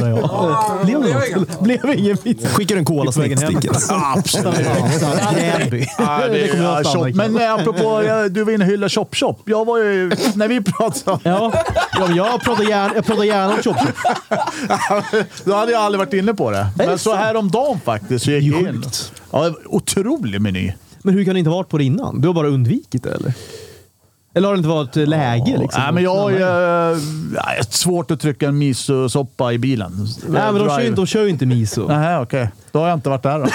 Blev det ingen pizza? Skickar en kolasnitt-sticken. Absolut. Det kommer jag stanna. Men apropå, du var inne och hylla Chop. Jag var ju... När vi pratade... Jag pratar gärna om Chop. Då hade jag aldrig varit inne på det. Men så här om dagen faktiskt så gick jag in. Ja, otrolig meny. Men hur kan det inte ha varit på det innan? Du har bara undvikit det, eller? Eller har det inte varit läge? Liksom? Nej, men jag är svårt att trycka en miso-soppa i bilen. Nej, men de kör ju inte miso. Nej, okej. Då har jag inte varit där då.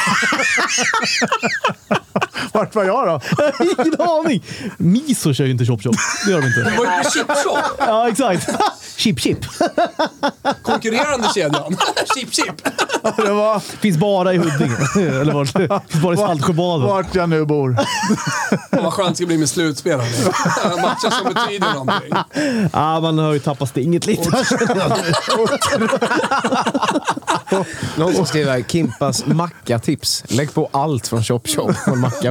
Vart var jag då? Ingen aning. Miso kör ju inte Chop. Det gör de inte. Var det chip-shop? Ja, exakt. Chip. Konkurrerande kedjan. Chip. Det finns bara i Huddinge. Eller var det finns bara i Saltsjöbaden. Vart jag nu bor. Vad skönt det ska bli med slutspelare. Matcher som betyder någonting. Ja, man har ju tappat stinget lite. Någon som skriver Kimpas macka-tips. Lägg på allt från Chop på en macka.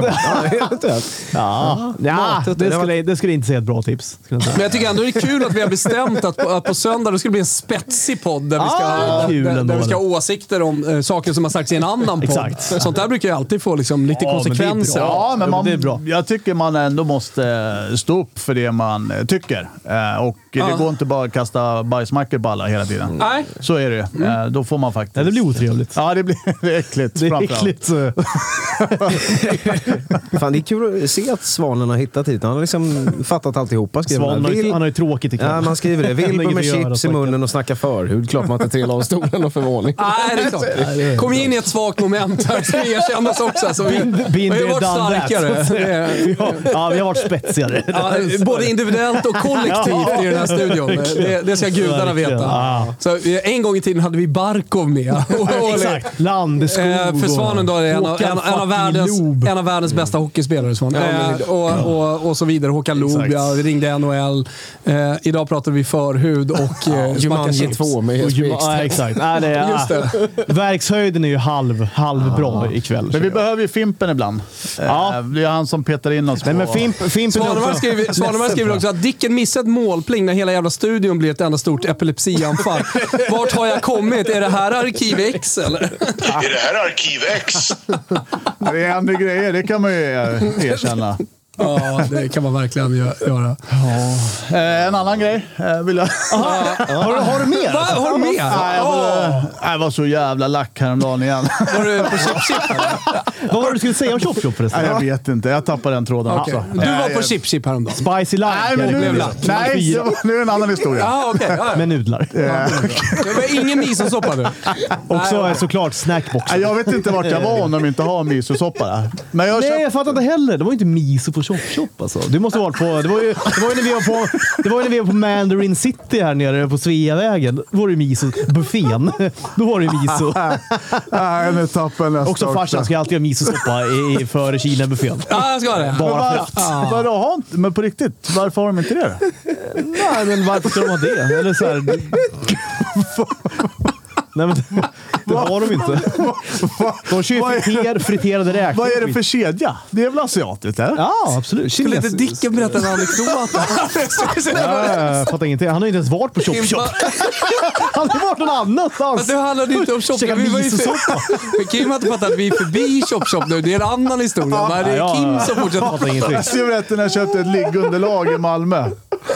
Det skulle inte säga ett bra tips. Men jag tycker ändå det är kul att vi har bestämt att på söndag det ska bli en spetsig podd där vi ska ha åsikter om saker som har sagts i en annan podd. Exakt. Sånt där brukar ju alltid få liksom lite konsekvenser. Men det är bra. Jag tycker man ändå måste stå upp för det man tycker. Och det går inte bara att kasta bajsmackor på alla hela tiden. Nej. Så är det. Då får man faktiskt... Det blir otrevligt. Ja, det blir äckligt. Det är äckligt. Fan, det är kul att se att Svanen har hittat hit. Han har liksom fattat alltihopa. Han har ju tråkigt ikväll. Ja, man skriver det. Wilbur med chips i munnen och snacka förhud. Klart man inte trillar av stolen och förvåning. Nej, det är klart. Kom in i ett svagt moment här. Ska vi erkännas också. Så vi har varit starkare. Ja, vi har varit spetsigare. Både individuellt och kollektivt i den här studion. Det ska gudarna veta. Så en gång i tiden hade vi Barkov med. Exakt. Landeskog. För Svanen då är en av världens bästa hockeyspelare. Och så vidare. Håkan Loob, ringde NHL. Idag pratar vi förhud. husljud och smaka chips. 2 med Ja, exakt. Nej, Just det. Verkshöjden är ju halv bra ikväll. Men vi behöver ju Fimpen ibland. Ja. Det är han som petar in oss. Nej, men Fimpen Svanemar skriver också att Dicken missat målpling när hela jävla studion blir ett enda stort epilepsianfall. Vart har jag kommit? Är det här Arkiv X eller? Är det här Arkiv X? Det är andra grejer, det kan man ju erkänna. Ja, det kan man verkligen göra. Ja. En annan grej vill jag... Har du mer? Va? Har du mer? Nej, jag var så jävla lack häromdagen igen. Var du på Chip? Vad var det du skulle säga om Chop förresten? Nej, jag vet inte. Jag tappade den tråden också. Du var på Chip häromdagen. Spicy lime. Nej, men nu är det en annan historia. Ja, okej. Med nudlar. Det var ingen misosoppa nu. Också såklart snackboxen. Jag vet inte vart jag var om de inte har misosoppa där. Men Jag fattar inte heller. Det var inte miso på Chop alltså. Du måste ha varit på... Det var ju när vi var på Mandarin City här nere på Sveavägen. Då var det miso. Buffén. Då var det miso. Nej, nu tappade jag också farsan ska alltid ha misosoppa före Kina-buffén. Ja, jag ska ha det. Bara för att. Vadå, men på riktigt, varför har de inte det? Nej, men varför ska de ha det? Eller så här... Nej, men det har de inte. De kör ju friterade räkor. Vad är det för kedja? Det är väl asiatiskt, eller? Ja, absolut. Skulle inte Dicken berätta en anekdot? Jag fattar ingenting. Han har ju inte ens varit på Chop. Han har varit någon annanstans. Det handlade inte om Chop. Kim har inte fattat att vi är förbi Chop nu. Det är en annan historia. Men det är Kim som fortsätter. Jag ska berätta när jag köpte ett liggunderlag i Malmö.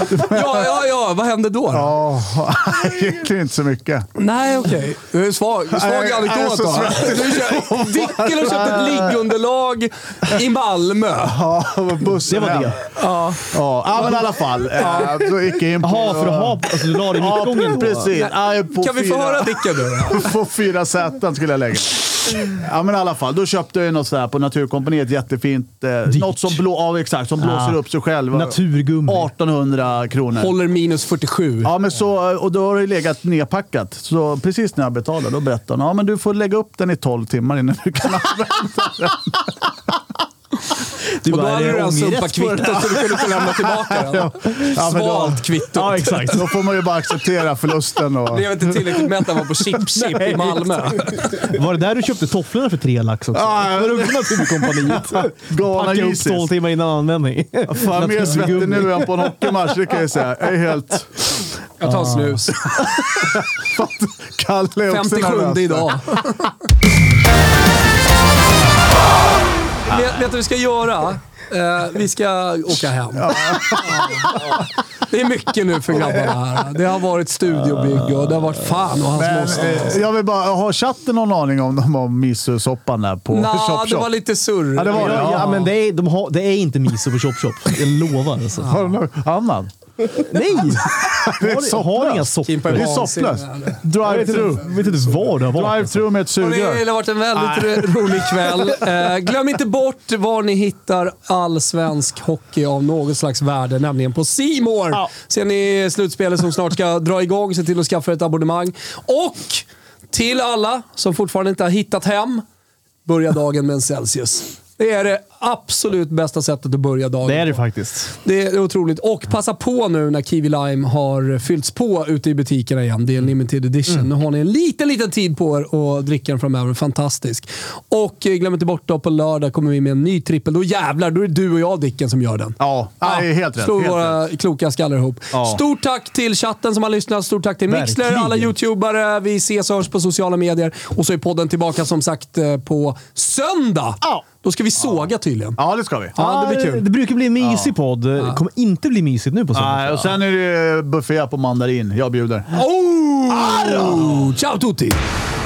Ja. Vad hände då? Ja, egentligen inte så mycket. Nej, okej. Svag anekdot då. Dicken har köpt ett liggunderlag i Malmö. Ja, bussen. Det var det. Ja, men i alla fall. Så gick jag in på... Jaha, för att ha... Alltså, du la det i mittgången då? Precis. Kan vi få höra Dicken då? På 4 säten skulle jag lägga. Ja, men i alla fall. Då köpte jag något sådär på Naturkompaniet. Jättefint. Något som, som blåser upp sig själv. Naturgummi. 1800 kronor. Håller minus 47. Ja, men så, och då har det legat nedpackat. Så precis när jag betalade, då berättade han, men du får lägga upp den i 12 timmar innan du kan använda den. Och då hade du redan sumpat kvittot så du kunde få lämna tillbaka den. Svalt kvittot. Ja, exakt. Då får man ju bara acceptera förlusten. Och... Det är inte tillräckligt med att han var på Chip i Malmö. Var det där du köpte tofflorna för 3 lax också? Ja, var det Naturkompaniet? Packa upp 12 timmar innan användning. Fan, mer svettig nu än på en hockeymatch, det kan jag säga. Jag är helt... Jag tar snus. Kalle är också 57 idag. Vet du vad vi ska göra? Vi ska åka hem. Det är mycket nu för grabbarna här. Det har varit studiobygge och det har varit fan och hans måste. Jag vill bara, har chatten någon aning om de har miso-soppan där på Chop? Det var lite surr. Ja, det var det. Ja, men det är inte miso på Chop. Jag lovar. Alltså. Har du något annat? Nej! Har inga soppor. Det är sopplöst. Drive-through. Vet inte vad det har varit. Drive-through med ett sugrör. Det har varit en väldigt rolig kväll. Glöm inte bort var ni hittar all svensk hockey av något slags värde, nämligen på C More. Ser ni slutspelet som snart ska dra igång, se till att skaffa ett abonnemang. Och till alla som fortfarande inte har hittat hem, börja dagen med en Celsius. Det är det absolut bästa sättet att börja dagen. Det är det faktiskt. Det är otroligt. Och passa på nu när Kiwi Lime har fyllts på ute i butikerna igen. Det är en limited edition. Nu har ni en liten tid på er att dricka den framöver. Fantastisk. Och glöm inte bort då, på lördag kommer vi med en ny trippel. Då jävlar, då är det du och jag, Dicken, som gör den. Ja, helt rätt. Slå våra kloka skallar ihop. Ja. Stort tack till chatten som har lyssnat. Stort tack till Mixler, alla YouTubare. Vi ses och hörs på sociala medier. Och så är podden tillbaka som sagt på söndag. Då ska vi såga tydligen. Ja, det ska vi. Ja, det blir kul. Det brukar bli en mysig podd. Det kommer inte bli mysigt nu på söndag. Nej, och sen är det buffé på mandarin. Jag bjuder. Ciao tutti!